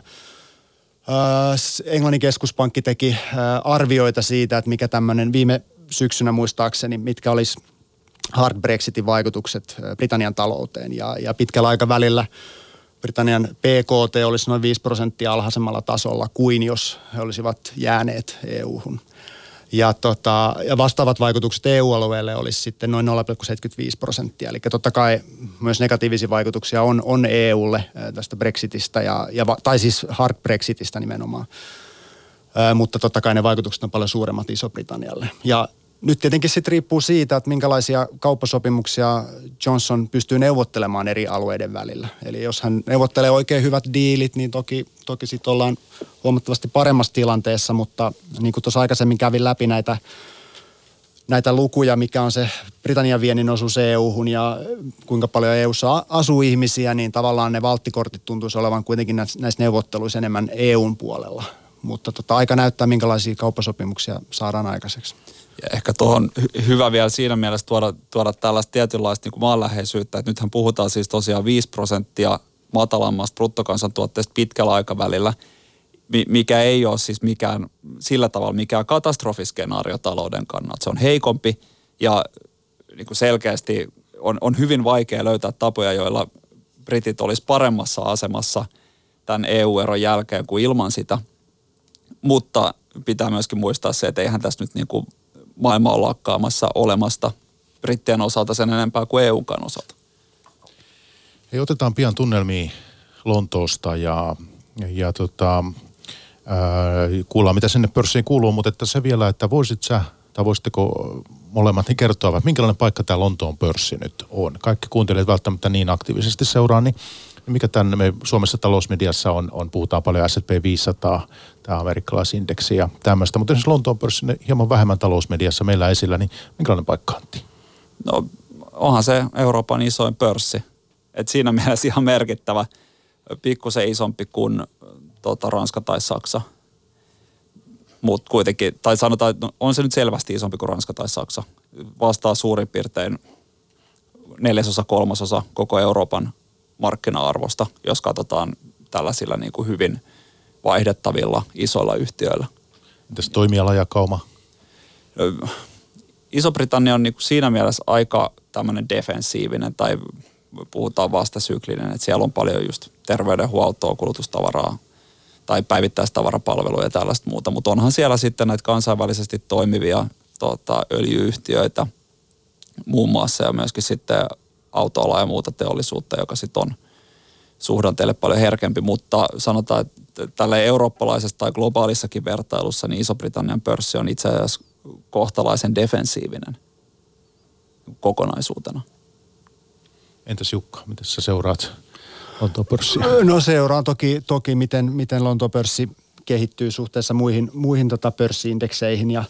äh, Englannin keskuspankki teki äh, arvioita siitä, että mikä tämmöinen viime syksynä muistaakseni, mitkä olisi hard Brexitin vaikutukset äh, Britannian talouteen. Ja, ja pitkällä aikavälillä Britannian P K T olisi noin viisi prosenttia alhaisemmalla tasolla kuin jos he olisivat jääneet E U-hun. Ja, tota, ja vastaavat vaikutukset E U-alueelle olisi sitten noin nolla pilkku seitsemänkymmentäviisi prosenttia. Eli totta kai myös negatiivisia vaikutuksia on, on E U:lle tästä Brexitistä, ja, ja, tai siis hard Brexitistä nimenomaan. Ä, mutta totta kai ne vaikutukset on paljon suuremmat Iso-Britannialle. Ja nyt tietenkin sitten riippuu siitä, että minkälaisia kauppasopimuksia Johnson pystyy neuvottelemaan eri alueiden välillä. Eli jos hän neuvottelee oikein hyvät diilit, niin toki, toki sitten ollaan huomattavasti paremmassa tilanteessa, mutta niin kuin tuossa aikaisemmin kävin läpi näitä, näitä lukuja, mikä on se Britannian viennin osuus E U-hun ja kuinka paljon E U:ssa asuu ihmisiä, niin tavallaan ne valttikortit tuntuisi olevan kuitenkin näissä neuvotteluissa enemmän E U:n puolella. Mutta tota, aika näyttää, minkälaisia kauppasopimuksia saadaan aikaiseksi. Ja ehkä tuohon hy- hyvä vielä siinä mielessä tuoda, tuoda tällaista tietynlaista niin kuin maanläheisyyttä, että nythän puhutaan siis tosiaan viisi prosenttia matalammasta bruttokansantuotteesta pitkällä aikavälillä, mikä ei ole siis mikään sillä tavalla mikään katastrofiskenaario talouden kannalta. Se on heikompi ja niin kuin selkeästi on, on hyvin vaikea löytää tapoja, joilla britit olisi paremmassa asemassa tämän E U-eron jälkeen kuin ilman sitä. Mutta pitää myöskin muistaa se, että eihän tässä nyt niin kuin maailma on lakkaamassa olemasta brittien osalta sen enempää kuin E U:nkaan osalta. Hei, otetaan pian tunnelmia Lontoosta ja, ja tota, ää, kuullaan, mitä sinne pörssiin kuuluu, mutta että se vielä, että voisit sä, tai voisitteko molemmat niin kertoa, että minkälainen paikka tämä Lontoon pörssi nyt on? Kaikki kuuntelijat välttämättä niin aktiivisesti seuraa, niin mikä tämän me Suomessa talousmediassa on, on puhutaan paljon S and P viisisataa, tämä amerikkalaisindeksi ja tämmöistä, mutta esimerkiksi Lontoon pörssi hieman vähemmän talousmediassa meillä esillä, niin minkälainen paikka, Antti? No onhan se Euroopan isoin pörssi, että siinä mielessä ihan merkittävä, pikkusen isompi kuin tota, Ranska tai Saksa, mutta kuitenkin, tai sanotaan, että on se nyt selvästi isompi kuin Ranska tai Saksa, vastaa suurin piirtein neljäsosa, kolmasosa koko Euroopan markkina-arvosta, jos katsotaan tällaisilla niin kuin hyvin vaihdettavilla isoilla yhtiöillä. Entäs toimialajakauma? Iso-Britannia on niin kuin siinä mielessä aika tämmöinen defensiivinen tai puhutaan vastasyklinen, että siellä on paljon just terveydenhuoltoa, kulutustavaraa tai päivittäistavarapalveluja ja tällaista muuta, mutta onhan siellä sitten näitä kansainvälisesti toimivia tota, öljyyhtiöitä muun muassa ja myöskin sitten autoalaa ja muuta teollisuutta, joka sitten on suhdanteelle paljon herkempi, mutta sanotaan, että tällä eurooppalaisessa tai globaalissakin vertailussa niin Iso-Britannian pörssi on itse asiassa kohtalaisen defensiivinen kokonaisuutena. Entäs Jukka, miten sä seuraat Lontoon pörssiä? No seuraan toki, toki miten, miten Lontoon pörssi kehittyy suhteessa muihin, muihin tota pörssiindekseihin ja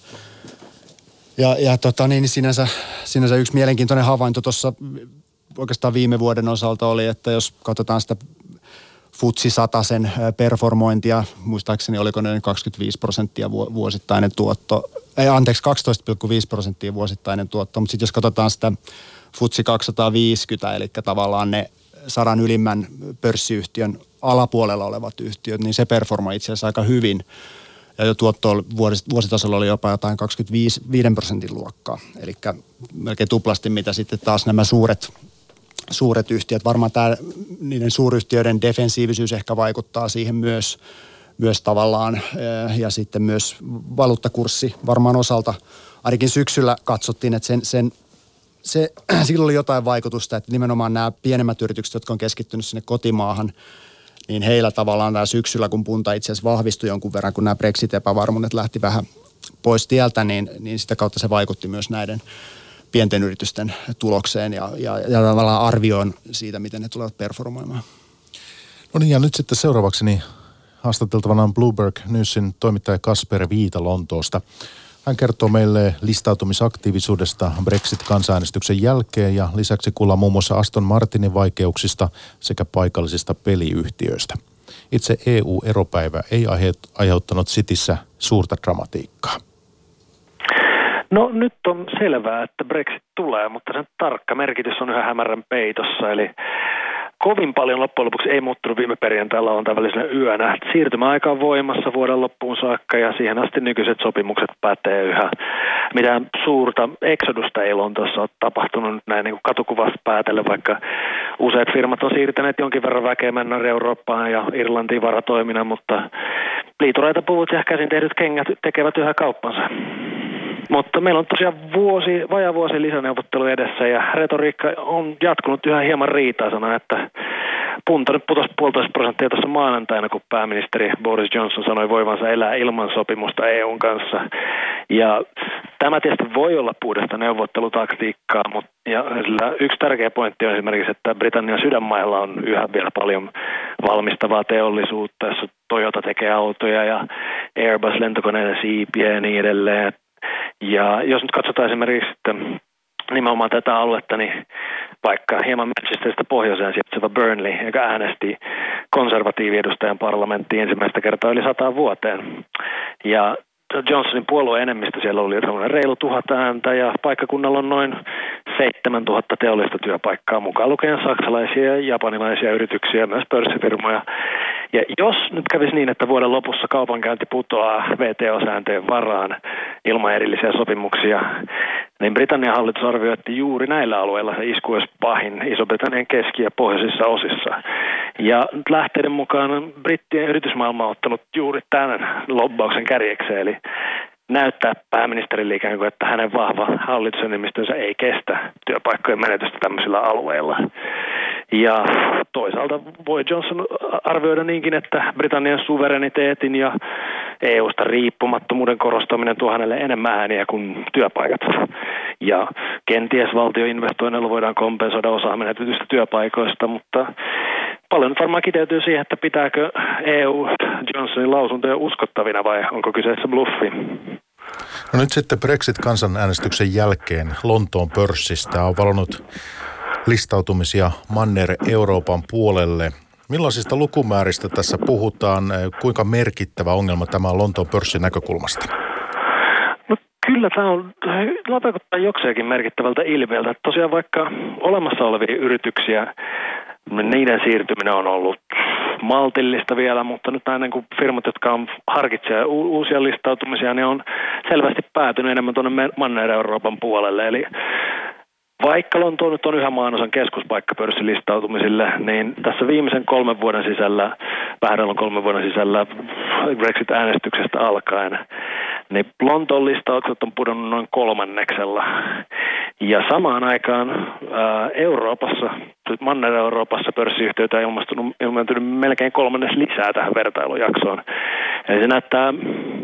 Ja, ja tota, niin sinänsä, sinänsä yksi mielenkiintoinen havainto tuossa oikeastaan viime vuoden osalta oli, että jos katsotaan sitä F T S E sata sen performointia, muistaakseni oliko noin kaksikymmentäviisi prosenttia vuosittainen tuotto, ei anteeksi kaksitoista pilkku viisi prosenttia vuosittainen tuotto, mutta sitten jos katsotaan sitä F T S E kaksisataaviisikymmentä, eli tavallaan ne sadan ylimmän pörssiyhtiön alapuolella olevat yhtiöt, niin se performoi itse asiassa aika hyvin. Ja jo tuotto vuositasolla oli jopa jotain kaksikymmentäviisi prosentin luokkaa. Eli melkein tuplasti, mitä sitten taas nämä suuret, suuret yhtiöt. Varmaan tämä, niiden suuryhtiöiden defensiivisyys ehkä vaikuttaa siihen myös, myös tavallaan. Ja sitten myös valuuttakurssi varmaan osalta. Ainakin syksyllä katsottiin, että sen, sen, se, sillä oli jotain vaikutusta, että nimenomaan nämä pienemmät yritykset, jotka on keskittynyt sinne kotimaahan, niin heillä tavallaan tämä syksyllä, kun punta itse asiassa vahvistui jonkun verran, kun nämä Brexit-epävarmuudet lähti vähän pois tieltä, niin, niin sitä kautta se vaikutti myös näiden pienten yritysten tulokseen ja, ja, ja tavallaan arvioon siitä, miten ne tulevat performoimaan. No niin, ja nyt sitten seuraavaksi niin haastateltavana on Bloomberg Newsin toimittaja Kasper Viita Lontoosta. Hän kertoo meille listautumisaktiivisuudesta Brexit-kansanäänestyksen jälkeen ja lisäksi kuullaan muun muassa Aston Martinin vaikeuksista sekä paikallisista peliyhtiöistä. Itse E U-eropäivä ei aiheuttanut Cityssä suurta dramatiikkaa. No nyt on selvää, että Brexit tulee, mutta sen tarkka merkitys on yhä hämärän peitossa. Eli kovin paljon loppujen lopuksi ei muuttunut viime perjantailla lauantain välisenä yönä. Siirtymäaika on voimassa vuoden loppuun saakka ja siihen asti nykyiset sopimukset pätee yhä. Mitään suurta eksodusta ei Lontoossa ole tapahtunut nyt näin niin kuin katukuvasta päätellen, vaikka useat firmat on siirtäneet jonkin verran väkeä mennä Eurooppaan ja Irlantiin varatoimina, mutta liituraita puvut ja käsin tehdyt kengät tekevät yhä kauppansa. Mutta meillä on tosiaan vuosi, vajaa vuosi lisäneuvottelu edessä ja retoriikka on jatkunut yhä hieman riitaisena, että punta nyt putosi puolitoista prosenttia tuossa maanantaina, kun pääministeri Boris Johnson sanoi voivansa elää ilman sopimusta E U:n kanssa. Ja tämä tietysti voi olla puhdasta neuvottelutaktiikkaa, mutta ja yksi tärkeä pointti on esimerkiksi, että Britannian sydänmailla on yhä vielä paljon valmistavaa teollisuutta, jossa Toyota tekee autoja ja Airbus lentokoneiden siipiä ja niin edelleen. Ja jos nyt katsotaan esimerkiksi nimenomaan tätä aluetta, niin vaikka hieman Manchesterista pohjoiseen sijaitseva Burnley, joka äänesti konservatiiviedustajan parlamenttiin ensimmäistä kertaa yli sataan vuoteen. Ja Johnsonin puolueen enemmistö siellä oli sellainen reilu tuhat ääntä ja paikkakunnalla on noin seitsemäntuhatta teollista työpaikkaa, mukaan lukien saksalaisia ja japanilaisia yrityksiä, myös pörssifirmoja. Ja jos nyt kävisi niin, että vuoden lopussa kaupankäynti putoaa V T O-sääntöjen varaan ilman erillisiä sopimuksia, niin Britannian hallitus arvioi, että juuri näillä alueilla se isku olisi pahin Iso-Britannian keski- ja pohjoisissa osissa. Ja lähteiden mukaan brittien yritysmaailma on ottanut juuri tämän lobbauksen kärjekseen, eli näyttää pääministerille ikään kuin, että hänen vahva hallitusenemmistönsä ei kestä työpaikkojen menetystä tämmöisillä alueilla. Ja toisaalta voi Johnson arvioida niinkin, että Britannian suvereniteetin ja E U:sta riippumattomuuden korostaminen tuo hänelle enemmän ääniä kuin työpaikat. Ja kenties valtioinvestoinneilla voidaan kompensoida osa menetetyistä työpaikoista, mutta paljon nyt varmaan kiteytyy siihen, että pitääkö E U Johnsonin lausuntoja uskottavina vai onko kyseessä bluffi? No nyt sitten Brexit-kansanäänestyksen jälkeen Lontoon pörssistä on valonnut listautumisia Manner-Euroopan puolelle. Millaisista lukumääristä tässä puhutaan? Kuinka merkittävä ongelma tämä on Lontoon pörssin näkökulmasta? No kyllä tämä on, vaikuttaa jokseenkin merkittävältä ilmiöltä. Tosiaan vaikka olemassa olevia yrityksiä, niiden siirtyminen on ollut maltillista vielä, mutta nyt nämä niin firmat, jotka on harkitsee uusia listautumisia, niin on selvästi päätynyt enemmän tuonne Manner-Euroopan puolelle. Eli vaikka Lontoo nyt on yhä maanosan keskuspaikka pörssilistautumisille, niin tässä viimeisen kolmen vuoden sisällä, vähän reilun kolmen vuoden sisällä Brexit-äänestyksestä alkaen, niin Lontoon listaukset on pudonnut noin kolmanneksella. Ja samaan aikaan ää, Euroopassa, Manner-Euroopassa pörssiyhtiöitä on ilmastunut, ilmaantunut melkein kolmannes lisää tähän vertailujaksoon. Eli se näyttää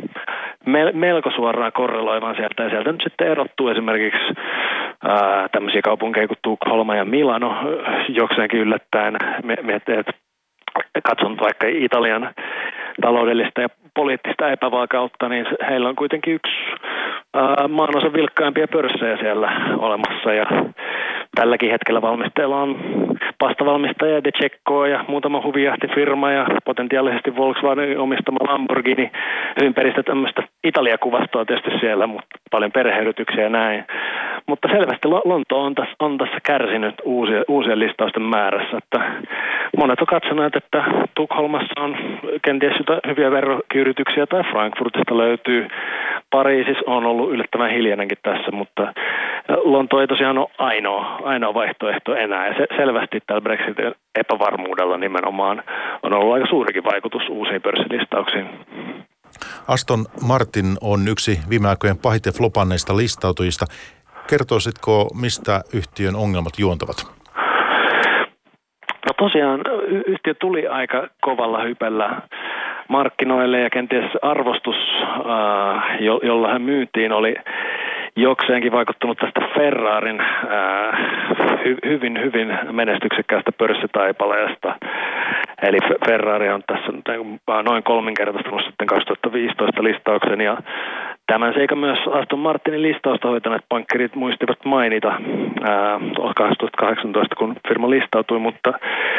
melko suoraan korreloivan sieltä, ja sieltä nyt sitten erottuu esimerkiksi ää, tämmöisiä kaupunkeja kuin Tukholma ja Milano jokseenkin yllättäen. Miettii, että katson vaikka Italian taloudellista ja poliittista epävakautta, niin heillä on kuitenkin yksi ää, maanosan vilkkaimpia pörssejä siellä olemassa, ja tälläkin hetkellä valmistajilla on pastavalmistaja De Cecco ja muutama huvijahtifirma ja potentiaalisesti Volkswagen omistama Lamborghini ympäristä tämmöistä Italia-kuvastoa tietysti siellä, mutta paljon perheyrityksiä ja näin. Mutta selvästi Lonto on tässä, on tässä kärsinyt uusia, uusien listausten määrässä. Että monet on katsoneet, että Tukholmassa on kenties jotain hyviä verrokkiyrityksiä tai Frankfurtista löytyy. Pariisissa on ollut yllättävän hiljainenkin tässä, mutta Lonto ei tosiaan ole ainoa, ainoa vaihtoehto enää. Ja se, selvästi tällä Brexitin epävarmuudella nimenomaan on ollut aika suurikin vaikutus uusiin pörssilistauksiin. Aston Martin on yksi viime aikojen pahiten flopanneista listautujista. Kertoisitko, mistä yhtiön ongelmat juontavat? No tosiaan yhtiö tuli aika kovalla hypellä markkinoille ja kenties arvostus, jo- jolla hän myytiin, oli jokseenkin vaikuttanut tästä Ferrarin ää, hy- hyvin, hyvin menestyksekkäästä pörssitaipaleesta. Eli Ferrari on tässä noin kolminkertaistunut sitten kaksituhattaviisitoista listauksen ja Tämän seikan myös Aston Martinin listausta hoitaneet pankkirit muistivat mainita ää, kaksituhattakahdeksantoista, kun firma listautui, mutta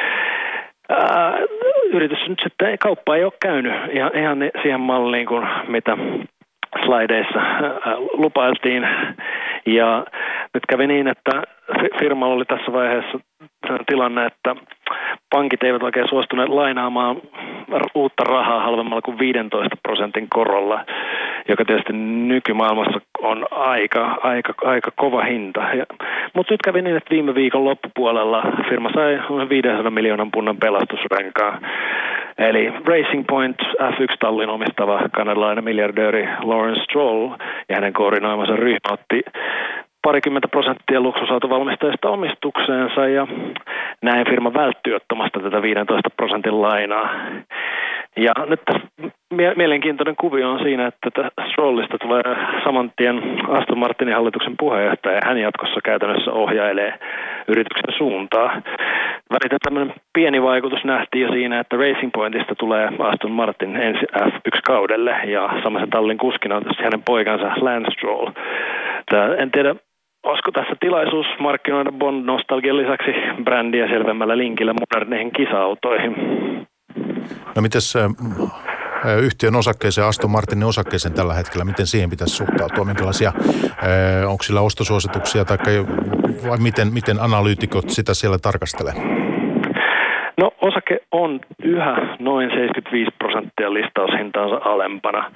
ää, yritys nyt sitten, kauppa ei ole käynyt ihan, ihan siihen malliin kuin mitä slideissa lupailtiin. Ja nyt kävi niin, että firmalla oli tässä vaiheessa tilanne, että pankit eivät oikein suostuneet lainaamaan uutta rahaa halvemmalla kuin viisitoista prosentin korolla, joka tietysti nykymaailmassa on aika, aika, aika kova hinta. Mutta nyt kävi niin, että viime viikon loppupuolella firma sai viisisataa miljoonan punnan pelastusrenkaan. Eli Racing Point F yksi -tallin omistava kanadalainen miljardööri Lawrence Stroll ja hänen koordinoimansa ryhmä otti parikymmentä prosenttia luksusautovalmistajista omistukseensa ja näin firma välttyi ottamasta tätä viisitoista prosentin lainaa. Ja nyt tässä mielenkiintoinen kuvio on siinä, että Strollista tulee saman tien Aston Martinin hallituksen puheenjohtaja ja hän jatkossa käytännössä ohjailee yrityksen suuntaa. Välitän tämmöinen pieni vaikutus nähtiin jo siinä, että Racing Pointista tulee Aston Martin ensi F yksi -kaudelle ja samaisen tallin kuskina on tietysti hänen poikansa Lance Stroll. Tää, en tiedä, olisiko tässä tilaisuus markkinoida Bond-nostalgian lisäksi brändiä selvemmällä linkillä moderneihin kisa-autoihin? No mites äh, yhtiön osakkeeseen, Aston Martinin osakkeeseen tällä hetkellä, miten siihen pitäisi suhtautua? Minkälaisia, äh, onko sillä ostosuosituksia tai vai miten, miten analyytikot sitä siellä tarkastelee? No osake on yhä noin seitsemänkymmentäviisi prosenttia listaushintaansa alempana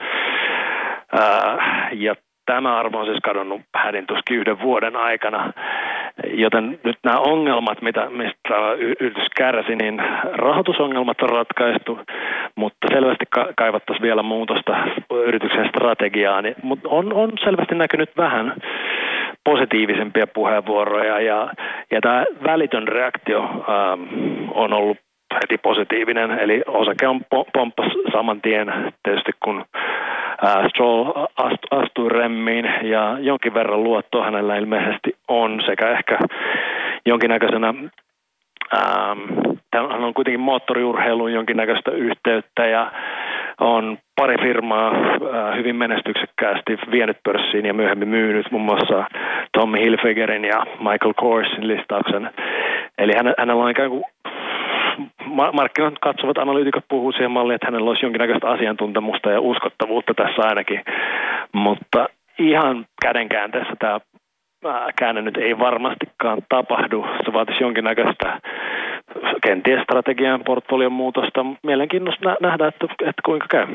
äh, ja tämä arvo on siis kadonnut hädin tuskin yhden vuoden aikana, joten nyt nämä ongelmat, mitä, mistä yritys kärsi, niin rahoitusongelmat on ratkaistu, mutta selvästi ka- kaivattaisiin vielä muutosta yrityksen strategiaan. Mutta on, on selvästi näkynyt vähän positiivisempia puheenvuoroja ja, ja tämä välitön reaktio ähm, on ollut heti positiivinen, eli osake on pomppas saman tien tietysti kun ää, Stroll astui remmiin ja jonkin verran luottoa hänellä ilmeisesti on sekä ehkä jonkinnäköisenä, ää, hän on kuitenkin moottoriurheiluun jonkinnäköistä yhteyttä ja on pari firmaa ää, hyvin menestyksekkäästi vienyt pörssiin ja myöhemmin myynyt muun muassa Tommy Hilfigerin ja Michael Korsin listauksen. Eli hänellä on ikään kuin markkinat katsovat analyytikot puhuu siihen malliin, että hänellä olisi jonkinnäköistä asiantuntemusta ja uskottavuutta tässä ainakin, mutta ihan kädenkäänteessä tämä käänne nyt ei varmastikaan tapahdu. Se vaatisi jonkinnäköistä kenties strategian portfolion muutosta. Mielenkiintoista nähdä, että, että kuinka käy.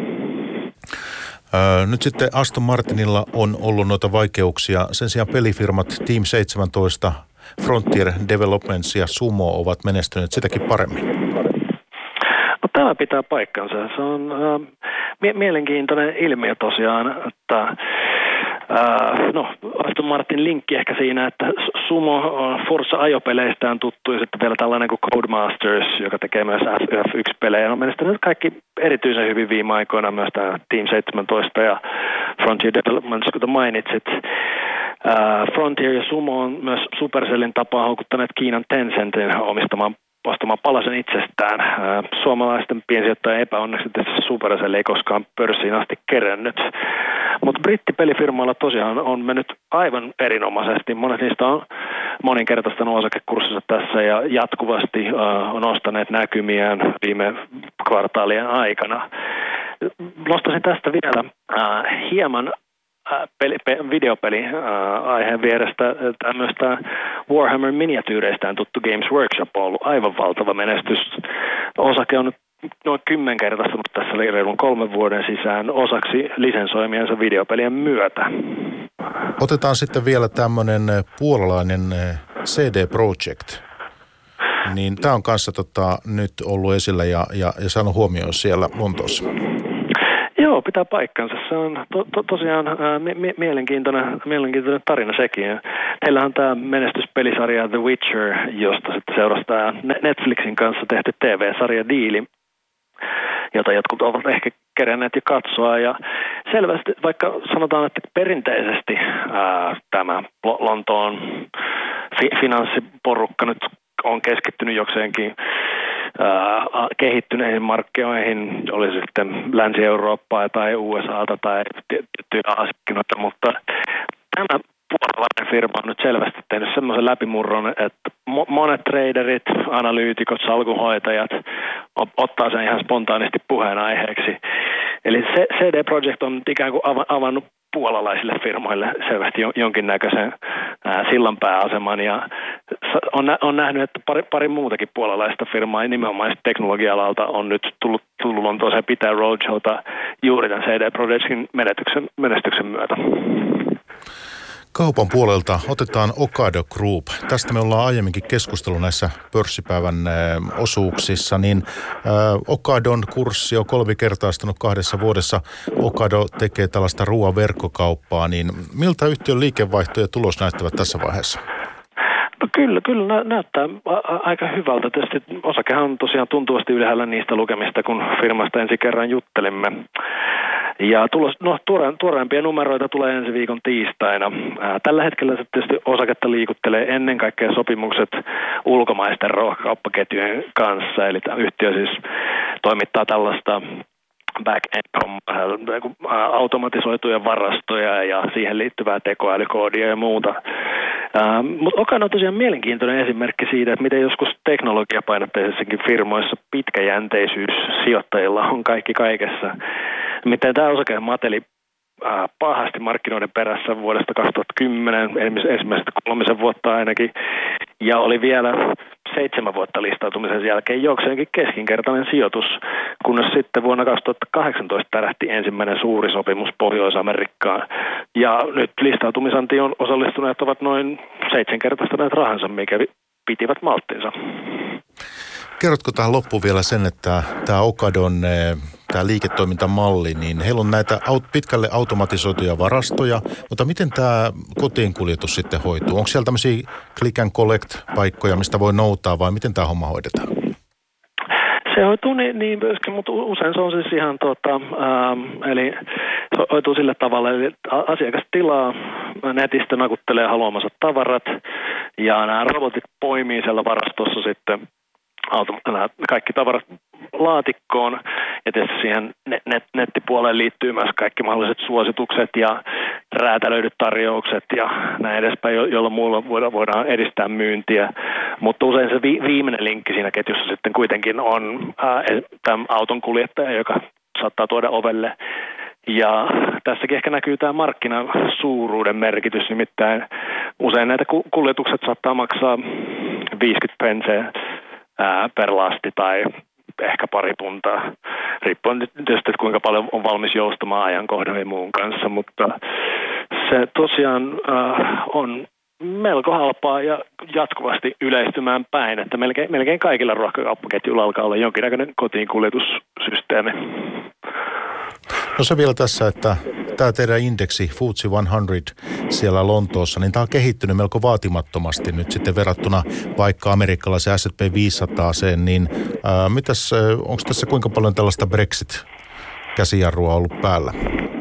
Öö, nyt sitten Aston Martinilla on ollut noita vaikeuksia. Sen sijaan pelifirmat Team seitsemäntoista, Frontier Developments ja Sumo ovat menestyneet sitäkin paremmin. No, tämä pitää paikkansa. Se on äh, mie- mielenkiintoinen ilmiö tosiaan, että äh, no, Aston Martin linkki ehkä siinä, että Sumo on Forza-ajopeleistään tuttu ja sitten vielä tällainen kuin Codemasters, joka tekee myös F yksi -pelejä. On menestynyt kaikki erityisen hyvin viime aikoina myös tämä Team seitsemäntoista ja Frontier Developments, kuten mainitsit. Uh, Frontier ja Sumo on myös Supercellin tapaa houkuttaneet Kiinan Tencentin omistamaan ostamaan palasen itsestään. Uh, suomalaisten piensijoittajien epäonneksi Supercell ei koskaan pörssiin asti kerennyt. Mutta brittipelifirmoilla tosiaan on mennyt aivan erinomaisesti. Monet niistä on moninkertaistanut osakekurssinsa tässä ja jatkuvasti uh, on ostaneet näkymiään viime kvartaalien aikana. Nostaisin tästä vielä uh, hieman Peli, pe, videopeli äh, aiheen vierestä tämmöistä Warhammer-miniatyyreistään tuttu Games Workshop on ollut aivan valtava menestys. Osake on nyt noin kymmenkertaistunut tässä reilun kolmen vuoden sisään osaksi lisensoimiensa videopelien myötä. Otetaan sitten vielä tämmöinen puolalainen C D Projekt. Niin tämä on kanssa tota, nyt ollut esillä ja, ja, ja saanut huomioon siellä Lontoossa. Joo, pitää paikkansa. Se on to, to, tosiaan ää, mie- mielenkiintoinen, mielenkiintoinen tarina sekin. Heillä on tämä menestyspelisarja The Witcher, josta sitten seurasi tämä Netflixin kanssa tehty T V-sarja Diili, jota jotkut ovat ehkä keränneet jo katsoa. Ja selvästi, vaikka sanotaan, että perinteisesti ää, tämä Lontoon fi- finanssiporukka nyt on keskittynyt jokseenkin ää, kehittyneisiin markkinoihin, oli se sitten Länsi-Eurooppaa tai U S A:ta tai tiettyjä Aasiamarkkinoita, mutta tämä puolalainen firma on nyt selvästi tehnyt semmoisen läpimurron, että monet traderit, analyytikot, salkunhoitajat ottaa sen ihan spontaanisti puheenaiheeksi. Eli C D Projekt on ikään kuin avannut puolalaisille firmoille selvästi jonkinnäköisen sillanpääaseman ja on, on nähnyt, että pari, pari muutakin puolalaista firmaa nimenomaan teknologia-alalta on nyt tullut, tullut Lontooseen pitää roadshowta juuri tämän C D Projektin menestyksen, menestyksen myötä. Kaupan puolelta otetaan Ocado Group. Tästä me ollaan aiemminkin keskustellut näissä pörssipäivän osuuksissa, niin Ocadon kurssi on kolmikertaistunut kahdessa vuodessa. Ocado tekee tällaista ruoan verkkokauppaa, niin miltä yhtiön liikevaihto ja tulos näyttävät tässä vaiheessa? No kyllä, kyllä nä- näyttää a- aika hyvältä. Tietysti osakehan on tosiaan tuntuvasti ylhäällä niistä lukemista, kun firmasta ensi kerran juttelimme. Ja tulos, no, tuore, tuoreempia numeroita tulee ensi viikon tiistaina. Ää, tällä hetkellä se tietysti osaketta liikuttelee ennen kaikkea sopimukset ulkomaisten ruokakauppaketjujen kanssa. Eli tämä yhtiö siis toimittaa tällaista back-end automatisoituja varastoja ja siihen liittyvää tekoälykoodia ja muuta. Uh, mutta Ocado on tosiaan mielenkiintoinen esimerkki siitä, että miten joskus teknologiapainotteisissakin firmoissa pitkäjänteisyys sijoittajilla on kaikki kaikessa. Miten tämä osake mateli uh, pahasti markkinoiden perässä vuodesta kaksituhattakymmenen, ensimmäiset kolmisen vuotta ainakin, ja oli vielä seitsemän vuotta listautumisen jälkeen jokseenkin keskinkertainen sijoitus, kunnes sitten vuonna kaksituhattakahdeksantoista tärähti ensimmäinen suuri sopimus Pohjois-Amerikkaan. Ja nyt listautumisantiin osallistuneet ovat noin seitsemänkertaistaneet rahansa, mikä pitivät malttinsa. Kerrotko tähän loppuun vielä sen, että tämä Ocadon tämä liiketoimintamalli, niin heillä on näitä pitkälle automatisoituja varastoja, mutta miten tämä kotiinkuljetus sitten hoituu? Onko siellä tämmöisiä click and collect-paikkoja, mistä voi noutaa vai miten tämä homma hoidetaan? Se hoituu niin, niin myöskin, mutta usein se on siis ihan tota, ähm, eli se hoituu sillä tavalla, eli asiakas tilaa, netistä nakuttelee haluamansa tavarat ja nämä robotit poimii siellä varastossa sitten nämä kaikki tavarat laatikkoon ja tietysti siihen net, nettipuoleen liittyy myös kaikki mahdolliset suositukset ja räätälöidyt tarjoukset ja näin edespäin, jo, jolla muulla voidaan, voidaan edistää myyntiä. Mutta usein se vi, viimeinen linkki siinä ketjussa sitten kuitenkin on ää, tämän auton kuljettaja, joka saattaa tuoda ovelle. Ja tässäkin ehkä näkyy tämä markkinan suuruuden merkitys, nimittäin usein näitä kuljetukset saattaa maksaa viisikymmentä penseä per lasti tai ehkä pari puntaa, riippuen tietysti, että kuinka paljon on valmis joustamaan ajankohdan ja muun kanssa, mutta se tosiaan äh, on melko halpaa ja jatkuvasti yleistymään päin, että melkein, melkein kaikilla ruokakauppaketjuilla alkaa olla jonkinnäköinen kotiinkuljetussysteemi. No se vielä tässä, että tämä teidän indeksi F T S E sata siellä Lontoossa, niin tämä on kehittynyt melko vaatimattomasti nyt sitten verrattuna vaikka amerikkalaisen S and P viisisataan, niin ää, mitäs, onko tässä kuinka paljon tällaista Brexit-käsijarrua ollut päällä?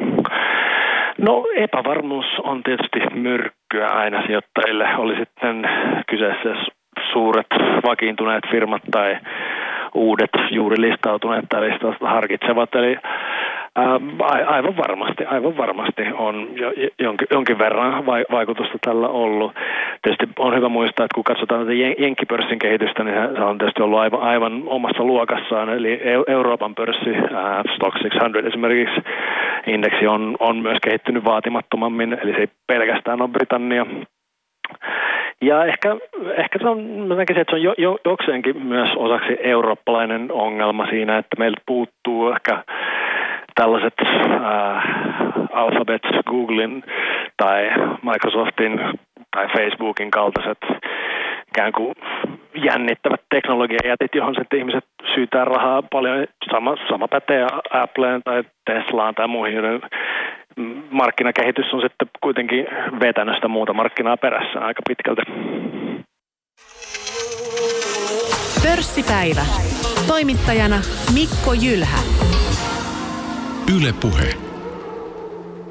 No epävarmuus on tietysti myrkkyä aina sijoittajille, oli sitten kyseessä suuret vakiintuneet firmat tai uudet juuri listautuneet tai listausta harkitsevat, eli ää, aivan varmasti, aivan varmasti on jo, jonkin, jonkin verran vaikutusta tällä ollut. Tietysti on hyvä muistaa, että kun katsotaan tätä jenkkipörssin kehitystä, niin se on tietysti ollut aivan, aivan omassa luokassaan, eli Euroopan pörssi, ää, Stock sata esimerkiksi, indeksi on, on myös kehittynyt vaatimattomammin, eli se ei pelkästään ole Britannia. Ja ehkä, ehkä se on, mä näkisin, että se on jo, jo, jokseenkin myös osaksi eurooppalainen ongelma siinä, että meiltä puuttuu ehkä tällaiset äh, Alphabet, Googlen tai Microsoftin tai Facebookin kaltaiset ikään kuin jännittävät teknologiajätit, johon sitten ihmiset syytää rahaa paljon. Sama, sama pätee Appleen tai Teslaan tai muihin, joiden markkinakehitys on sitten kuitenkin vetänyt sitä muuta markkinaa perässä aika pitkälti. Pörssipäivä. Toimittajana Mikko Jylhä. Yle Puhe.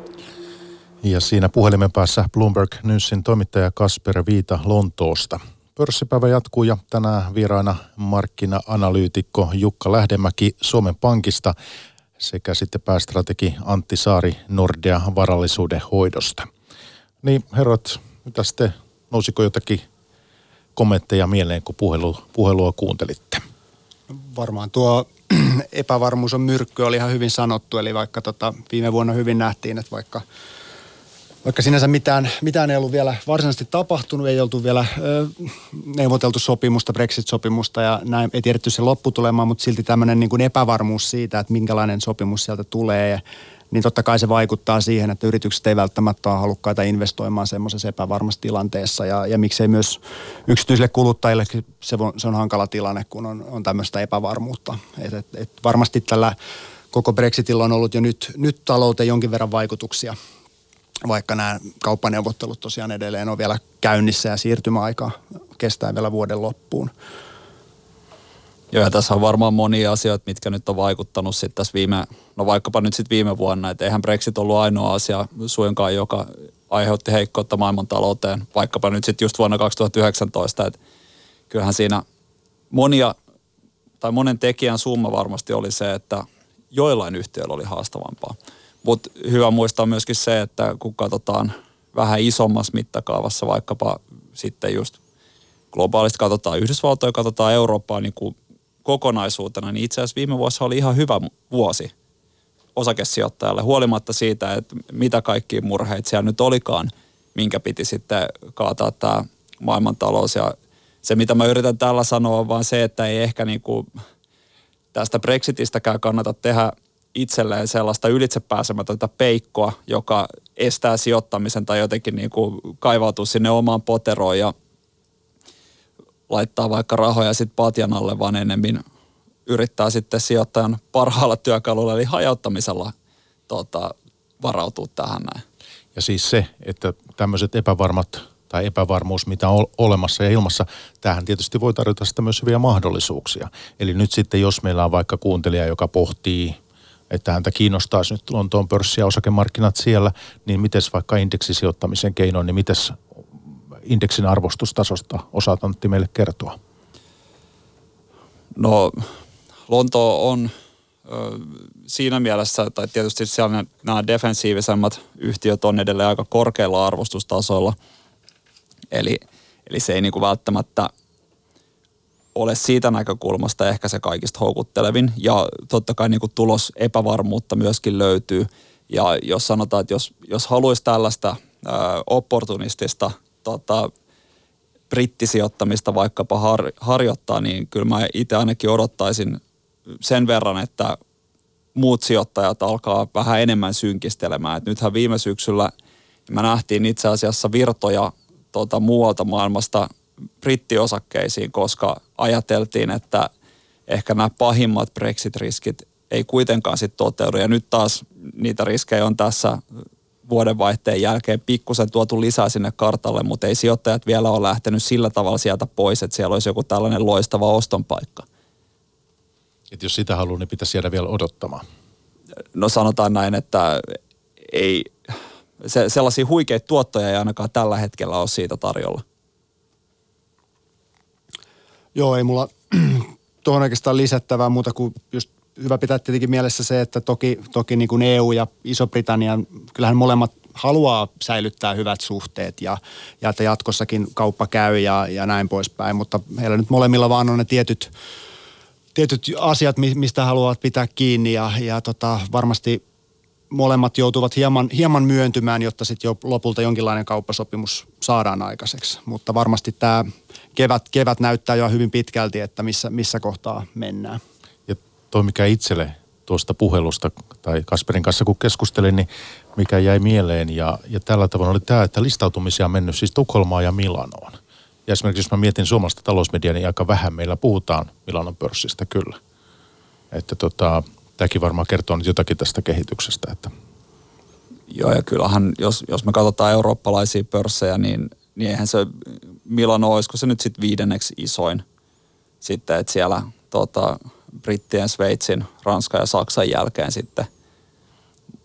Ja siinä puhelimen päässä Bloomberg Newsin toimittaja Kasper Viita Lontoosta. Pörssipäivä jatkuu ja tänään vieraana markkina-analyytikko Jukka Lähdemäki Suomen Pankista sekä sitten päästrategi Antti Saari Nordea varallisuuden hoidosta. Niin herrat, mitä sitten, nousiko jotakin kommentteja mieleen, kun puhelu, puhelua kuuntelitte? Varmaan tuo epävarmuus on myrkky, oli ihan hyvin sanottu, eli vaikka tota, viime vuonna hyvin nähtiin, että vaikka Vaikka sinänsä mitään, mitään ei ollut vielä varsinaisesti tapahtunut, ei oltu vielä ö, neuvoteltu sopimusta, Brexit-sopimusta ja näin, ei tiedetty sen lopputulemaan, mutta silti tämmöinen niin kuin epävarmuus siitä, että minkälainen sopimus sieltä tulee, ja, niin totta kai se vaikuttaa siihen, että yritykset ei välttämättä ole halukkaita investoimaan semmoisessa epävarmassa tilanteessa ja, ja miksei myös yksityisille kuluttajille se on, se on hankala tilanne, kun on, on tämmöistä epävarmuutta. Et, et, et varmasti tällä koko Brexitillä on ollut jo nyt, nyt talouteen jonkin verran vaikutuksia, vaikka nämä kauppaneuvottelut tosiaan edelleen on vielä käynnissä ja siirtymäaika kestää vielä vuoden loppuun. Joo, ja tässä on varmaan monia asioita, mitkä nyt on vaikuttanut sitten tässä viime, no vaikkapa nyt sitten viime vuonna, että eihän Brexit ollut ainoa asia suinkaan, joka aiheutti heikkoutta maailmantalouteen, vaikkapa nyt sitten just vuonna kaksituhattayhdeksäntoista, että kyllähän siinä monia, tai monen tekijän summa varmasti oli se, että joillain yhtiöillä oli haastavampaa. Mutta hyvä muistaa myöskin se, että kun katsotaan vähän isommassa mittakaavassa, vaikkapa sitten just globaalisti katsotaan Yhdysvaltoja, katsotaan Eurooppaa niin kuin kokonaisuutena, niin itse asiassa viime vuosi oli ihan hyvä vuosi osakesijoittajalle, huolimatta siitä, että mitä kaikkia murheita siellä nyt olikaan, minkä piti sitten kaataa tämä maailmantalous. Ja se, mitä mä yritän tällä sanoa, on vaan se, että ei ehkä niin kuin tästä Brexitistäkään kannata tehdä itselleen sellaista ylitsepääsemätöntä peikkoa, joka estää sijoittamisen tai jotenkin niin kuin kaivautuu sinne omaan poteroon ja laittaa vaikka rahoja sitten patjan alle, vaan enemmän yrittää sitten sijoittajan parhaalla työkalulla eli hajauttamisella tota, varautua tähän näin. Ja siis se, että tämmöiset epävarmat tai epävarmuus, mitä on olemassa ja ilmassa, tämähän tietysti voi tarjota sitä myös hyviä mahdollisuuksia. Eli nyt sitten, jos meillä on vaikka kuuntelija, joka pohtii, että häntä kiinnostaisi nyt Lontoon pörssi ja osakemarkkinat siellä, niin mites vaikka indeksisijoittamisen keinoin, niin mites indeksin arvostustasosta osaat Antti meille kertoa? No Lonto on ö, siinä mielessä, tai tietysti siellä nämä defensiivisemmat yhtiöt on edelleen aika korkealla arvostustasoilla, eli, eli se ei niinku välttämättä ole siitä näkökulmasta ehkä se kaikista houkuttelevin. Ja totta kai niin kuin tulos epävarmuutta myöskin löytyy. Ja jos sanotaan, että jos, jos haluaisi tällaista ää, opportunistista tota, brittisijoittamista vaikkapa har, harjoittaa, niin kyllä mä itse ainakin odottaisin sen verran, että muut sijoittajat alkaa vähän enemmän synkistelemään. Et nythän viime syksyllä me nähtiin itse asiassa virtoja tota, muualta maailmasta brittiosakkeisiin, koska ajateltiin, että ehkä nämä pahimmat Brexit-riskit ei kuitenkaan sitten toteudu. Ja nyt taas niitä riskejä on tässä vuodenvaihteen jälkeen pikkusen tuotu lisää sinne kartalle, mutta ei sijoittajat vielä ole lähtenyt sillä tavalla sieltä pois, että siellä olisi joku tällainen loistava oston paikka. Että jos sitä haluaa, niin pitäisi jäädä vielä odottamaan. No sanotaan näin, että ei, se, sellaisia huikeita tuottoja ei ainakaan tällä hetkellä ole siitä tarjolla. Joo, ei mulla tuohon oikeastaan lisättävää muuta kuin just hyvä pitää tietenkin mielessä se, että toki, toki niin kuin E U ja Iso-Britannia, kyllähän molemmat haluaa säilyttää hyvät suhteet ja, ja että jatkossakin kauppa käy ja, ja näin poispäin, mutta heillä nyt molemmilla vaan on ne tietyt, tietyt asiat, mistä haluavat pitää kiinni ja, ja tota, varmasti molemmat joutuvat hieman, hieman myöntymään, jotta sitten jo lopulta jonkinlainen kauppasopimus saadaan aikaiseksi, mutta varmasti tämä kevät, kevät näyttää jo hyvin pitkälti, että missä, missä kohtaa mennään. Ja toi mikä itselle tuosta puhelusta tai Kasperin kanssa kun keskustelin, niin mikä jäi mieleen ja, ja tällä tavalla oli tämä, että listautumisia on mennyt siis Tukholmaan ja Milanoon. Ja esimerkiksi jos mä mietin suomalaista talousmediaa, niin aika vähän meillä puhutaan Milanon pörssistä kyllä. Että tota, tämäkin varmaan kertoo nyt jotakin tästä kehityksestä. Että. Joo ja kyllähän jos, jos me katsotaan eurooppalaisia pörssejä, niin, niin eihän se Milano, olisiko se nyt sitten viidenneksi isoin sitten, että siellä tota, Brittien, Sveitsin, Ranskan ja Saksan jälkeen sitten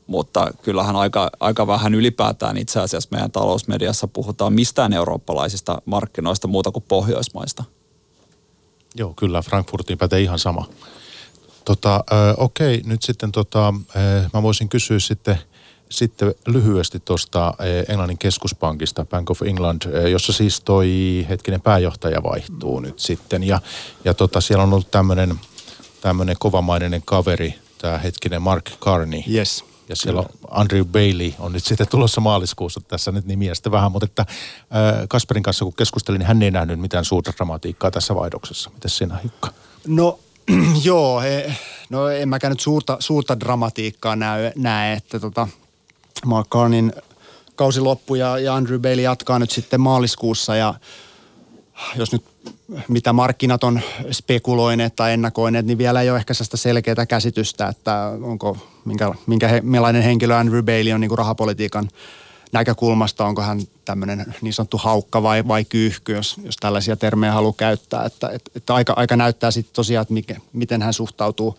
Mutta kyllähän aika, aika vähän ylipäätään itse asiassa meidän talousmediassa puhutaan mistään eurooppalaisista markkinoista muuta kuin Pohjoismaista. Joo, kyllä Frankfurtiin pätee ihan sama. Tota, äh, okei, nyt sitten tota, äh, mä voisin kysyä sitten, sitten lyhyesti tuosta äh, Englannin keskuspankista, Bank of England, äh, jossa siis toi hetkinen pääjohtaja vaihtuu nyt sitten. Ja, ja tota, siellä on ollut tämmöinen tämmöinen kovamainen kaveri, tämä hetkinen Mark Carney. Yes. Ja siellä on Andrew Bailey on nyt sitten tulossa maaliskuussa, tässä nyt nimiä sitten vähän, mutta että äh, Kasperin kanssa kun keskustelin, niin hän ei nähnyt mitään suurta dramatiikkaa tässä vaihdoksessa. Mites sinä, Jukka? No joo, he, no en mäkään nyt suurta, suurta dramatiikkaa näe, näe että tota Mark Carneyn kausi loppui ja, ja Andrew Bailey jatkaa nyt sitten maaliskuussa ja jos nyt mitä markkinat on spekuloineet tai ennakoineet, niin vielä ei ole ehkä sellaista selkeää käsitystä, että onko, minkä, minkä he, millainen henkilö Andrew Bailey on niin kuin rahapolitiikan näkökulmasta, onko hän tämmöinen niin sanottu haukka vai, vai kyyhky, jos, jos tällaisia termejä haluaa käyttää. Että, että, että aika, aika näyttää sitten tosiaan, että mikä, miten hän suhtautuu,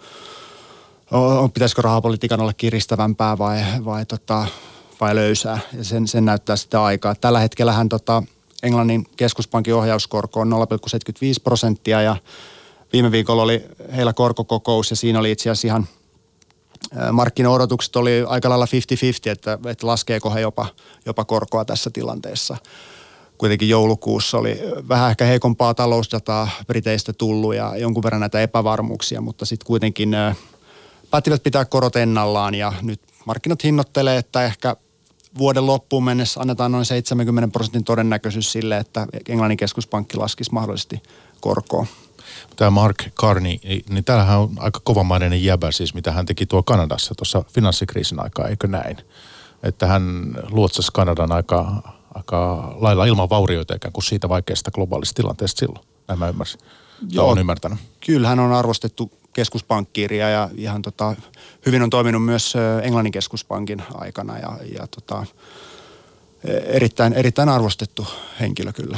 o, pitäisikö rahapolitiikan olla kiristävämpää vai, vai, tota, vai löysää. Ja sen, sen näyttää sitten aikaa. Tällä hetkellä hän tota, Englannin keskuspankin ohjauskorko on nolla pilkku seitsemänkymmentäviisi prosenttia ja viime viikolla oli heillä korkokokous ja siinä oli itse asiassa ihan markkina-odotukset oli aika lailla viisikymmentä viisikymmentä, että, että laskeeko he jopa, jopa korkoa tässä tilanteessa. Kuitenkin joulukuussa oli vähän ehkä heikompaa talousdataa Briteistä tullut ja jonkun verran näitä epävarmuuksia, mutta sitten kuitenkin päättivät pitää korot ennallaan ja nyt markkinat hinnoittelee, että ehkä vuoden loppuun mennessä annetaan noin seitsemänkymmentä prosentin todennäköisyys sille, että Englannin keskuspankki laskisi mahdollisesti korkoa. Tämä Mark Carney, niin täällähän on aika kovamainen jäbä siis, mitä hän teki tuo Kanadassa tuossa finanssikriisin aikaa, eikö näin? Että hän luotsasi Kanadan aika, aika lailla ilman vaurioita ikään kuin siitä vaikeasta globaalista tilanteesta silloin. Näin mä ymmärsin. Joo, olen ymmärtänyt. Kyllä hän on arvostettu keskuspankkiiria ja ihan tota, hyvin on toiminut myös Englannin keskuspankin aikana ja, ja tota, erittäin, erittäin arvostettu henkilö kyllä.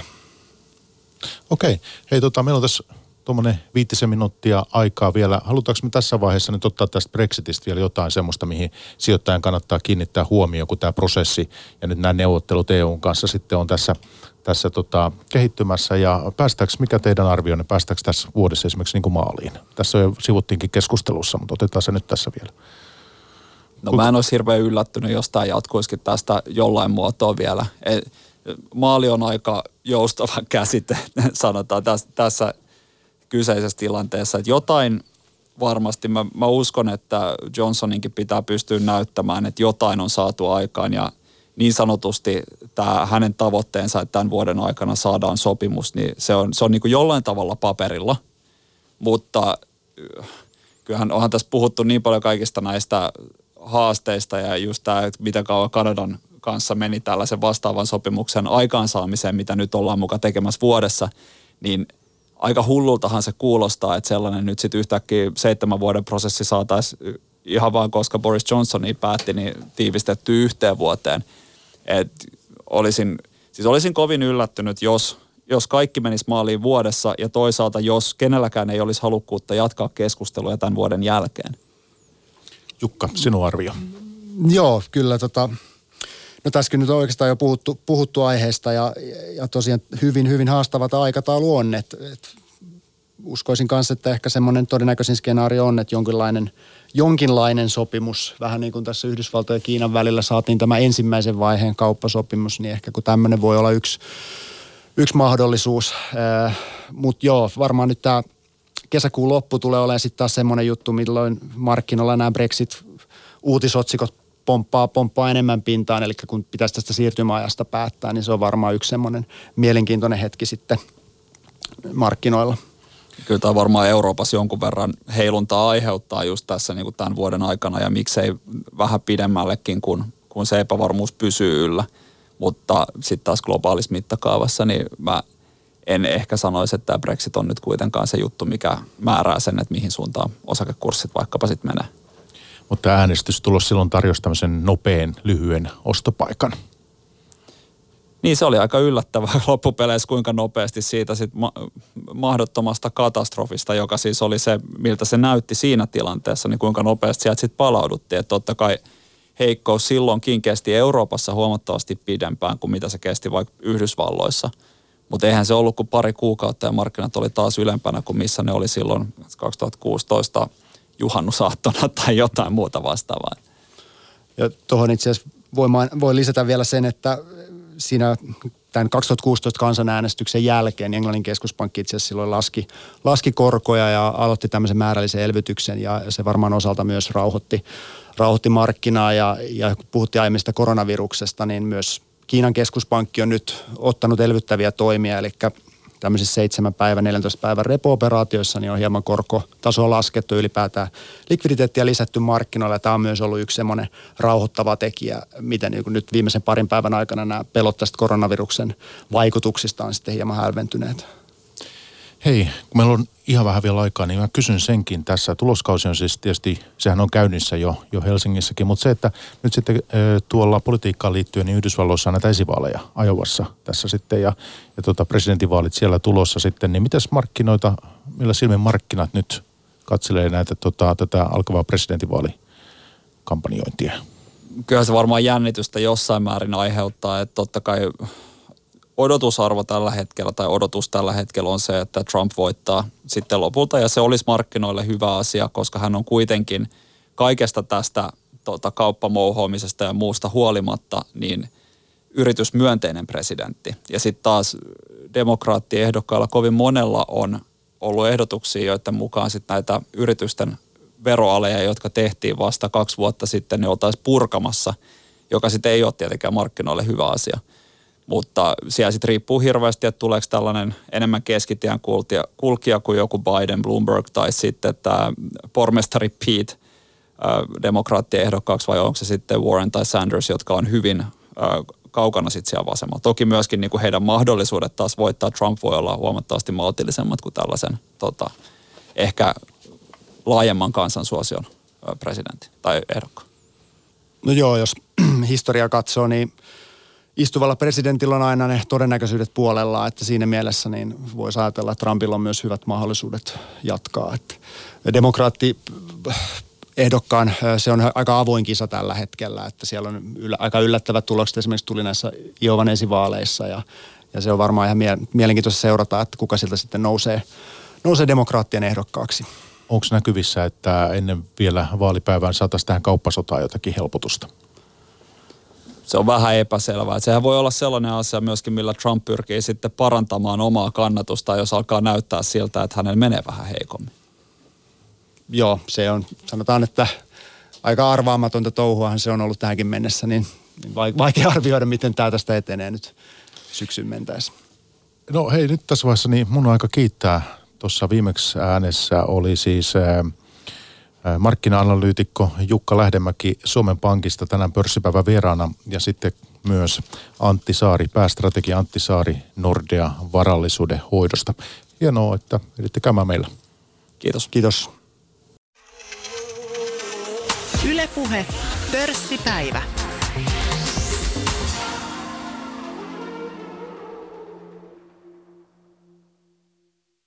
Okei. Hei tota, meillä on tässä tuommoinen viitisen minuuttia aikaa vielä. Halutaanko me tässä vaiheessa nyt ottaa tästä Brexitistä vielä jotain semmoista, mihin sijoittajan kannattaa kiinnittää huomioon, kun tämä prosessi ja nyt nämä neuvottelut E U:n kanssa sitten on tässä, tässä tota, kehittymässä. Ja päästäänkö, mikä teidän arvionne, päästäänkö tässä vuodessa esimerkiksi niin kuin maaliin? Tässä jo sivuttiinkin keskustelussa, mutta otetaan se nyt tässä vielä. No mä en olisi hirveän yllättynyt, jos tämä jatkuisikin tästä jollain muotoa vielä. Maali on aika joustava käsite, sanotaan tässä, tässä kyseisessä tilanteessa, että jotain varmasti, mä, mä uskon, että Johnsoninkin pitää pystyä näyttämään, että jotain on saatu aikaan ja niin sanotusti tämä hänen tavoitteensa, että tämän vuoden aikana saadaan sopimus, niin se on, se on niin kuin jollain tavalla paperilla, mutta kyllähän onhan tässä puhuttu niin paljon kaikista näistä haasteista ja just tämä, että miten kauan Kanadan kanssa meni tällaisen vastaavan sopimuksen aikaansaamiseen, mitä nyt ollaan mukaan tekemässä vuodessa, niin aika hullultahan se kuulostaa, että sellainen nyt sitten yhtäkkiä seitsemän vuoden prosessi saataisiin ihan vaan, koska Boris Johnson niin päätti, niin tiivistetty yhteen vuoteen. Et olisin, siis olisin kovin yllättynyt, jos, jos kaikki menisi maaliin vuodessa ja toisaalta jos kenelläkään ei olisi halukkuutta jatkaa keskustelua tämän vuoden jälkeen. Jukka, sinun arvio. Joo, kyllä tota... No tässäkin nyt on oikeastaan jo puhuttu, puhuttu aiheesta ja, ja tosiaan hyvin, hyvin haastavat aikataulu on. Et, et uskoisin kanssa, että ehkä semmoinen todennäköisin skenaario on, että jonkinlainen, jonkinlainen sopimus, vähän niin kuin tässä Yhdysvaltojen ja Kiinan välillä saatiin tämä ensimmäisen vaiheen kauppasopimus, niin ehkä kun tämmöinen voi olla yksi, yksi mahdollisuus. Äh, Mutta joo, varmaan nyt tämä kesäkuun loppu tulee olemaan sitten taas semmoinen juttu, milloin markkinoilla nämä Brexit-uutisotsikot pomppaa, pomppaa enemmän pintaan, eli kun pitäisi tästä siirtymäajasta päättää, niin se on varmaan yksi semmoinen mielenkiintoinen hetki sitten markkinoilla. Kyllä tämä varmaan Euroopassa jonkun verran heiluntaa aiheuttaa just tässä niin kuin tämän vuoden aikana ja miksei vähän pidemmällekin, kun, kun se epävarmuus pysyy yllä. Mutta sitten taas globaalissa mittakaavassa, niin mä en ehkä sanoisi, että tämä Brexit on nyt kuitenkaan se juttu, mikä määrää sen, että mihin suuntaan osakekurssit vaikkapa sitten menee. Mutta äänestystulos silloin tarjosi tämmöisen nopean, lyhyen ostopaikan. Niin se oli aika yllättävää loppupeleissä, kuinka nopeasti siitä sit ma- mahdottomasta katastrofista, joka siis oli se, miltä se näytti siinä tilanteessa, niin kuinka nopeasti sieltä sitten palauduttiin. Että totta kai heikkous silloinkin kesti Euroopassa huomattavasti pidempään kuin mitä se kesti vaikka Yhdysvalloissa. Mutta eihän se ollut kuin pari kuukautta ja markkinat oli taas ylempänä kuin missä ne oli silloin kaksituhattakuusitoista juhannusaattona tai jotain muuta vastaavaa. Ja tuohon itse asiassa voi, voi lisätä vielä sen, että siinä tämän kaksituhattakuusitoista kansanäänestyksen jälkeen niin Englannin keskuspankki itse asiassa silloin laski, laski korkoja ja aloitti tämmöisen määrällisen elvytyksen ja se varmaan osalta myös rauhoitti, rauhoitti markkinaa ja, ja kun puhuttiin aiemmin sitä koronaviruksesta, niin myös Kiinan keskuspankki on nyt ottanut elvyttäviä toimia, eli tämmöisissä seitsemän päivän, neljäntoista päivän repo-operaatioissa niin on hieman korkotasoa laskettu, ylipäätään likviditeettiä lisätty markkinoilla. Tämä on myös ollut yksi semmoinen rauhoittava tekijä, miten niin nyt viimeisen parin päivän aikana nämä pelot tästä koronaviruksen vaikutuksista on sitten hieman hälventyneet. Hei, kun meillä on ihan vähän vielä aikaa, niin mä kysyn senkin tässä. Tuloskausi on siis tietysti, sehän on käynnissä jo, jo Helsingissäkin, mutta se, että nyt sitten tuolla politiikkaan liittyen, niin Yhdysvalloissa on näitä esivaaleja Iowassa tässä sitten ja, ja tuota, presidentinvaalit siellä tulossa sitten, niin mitäs markkinoita, millä silmin markkinat nyt katselee näitä tota, tätä alkavaa presidentinvaalikampanjointia? Kyllä se varmaan jännitystä jossain määrin aiheuttaa, että totta kai odotusarvo tällä hetkellä tai odotus tällä hetkellä on se, että Trump voittaa sitten lopulta ja se olisi markkinoille hyvä asia, koska hän on kuitenkin kaikesta tästä tota, kauppamouhoamisesta ja muusta huolimatta niin yritysmyönteinen presidentti. Ja sitten taas demokraattiehdokkailla kovin monella on ollut ehdotuksia, joiden mukaan sitten näitä yritysten veroaleja, jotka tehtiin vasta kaksi vuotta sitten, ne oltaisiin purkamassa, joka sitten ei ole tietenkään markkinoille hyvä asia. Mutta siellä sitten riippuu hirveästi, että tuleeko tällainen enemmän keskitien kulkija kuin joku Biden, Bloomberg tai sitten tämä pormestari Pete demokraattien ehdokkaaksi vai onko se sitten Warren tai Sanders, jotka on hyvin kaukana sitten siellä vasemmalla. Toki myöskin niin kuin heidän mahdollisuudet taas voittaa Trump voi olla huomattavasti maltillisemmat kuin tällaisen tota, ehkä laajemman kansansuosion presidentti tai ehdokkaan. No joo, jos historiaa katsoo, niin istuvalla presidentillä on aina ne todennäköisyydet puolellaan, että siinä mielessä niin voisi ajatella, että Trumpilla on myös hyvät mahdollisuudet jatkaa. Että demokraatti ehdokkaan, se on aika avoin kisa tällä hetkellä, että siellä on yllä, aika yllättävät tulokset esimerkiksi tuli näissä Iowan esivaaleissa ja, ja se on varmaan ihan mie- mielenkiintoista seurata, että kuka siltä sitten nousee, nousee demokraattien ehdokkaaksi. Onko näkyvissä, että ennen vielä vaalipäivään saataisiin tähän kauppasotaan jotakin helpotusta? Se on vähän epäselvää. Sehän voi olla sellainen asia myöskin, millä Trump pyrkii sitten parantamaan omaa kannatusta, jos alkaa näyttää siltä, että hänellä menee vähän heikommin. Joo, se on, sanotaan, että aika arvaamatonta touhuahan se on ollut tähänkin mennessä, niin vaikea arvioida, miten tämä tästä etenee nyt syksyyn mentäessä. No hei, nyt tässä vaiheessa niin mun on aika kiittää. Tuossa viimeksi äänessä oli siis ää, markkina-analyytikko Jukka Lähdemäki Suomen Pankista tänään pörssipäivän vieraana ja sitten myös Antti Saari, päästrategia Antti Saari Nordea varallisuuden hoidosta. Hienoa, että editte käymään meillä. Kiitos. Kiitos. Yle Puhe, pörssipäivä.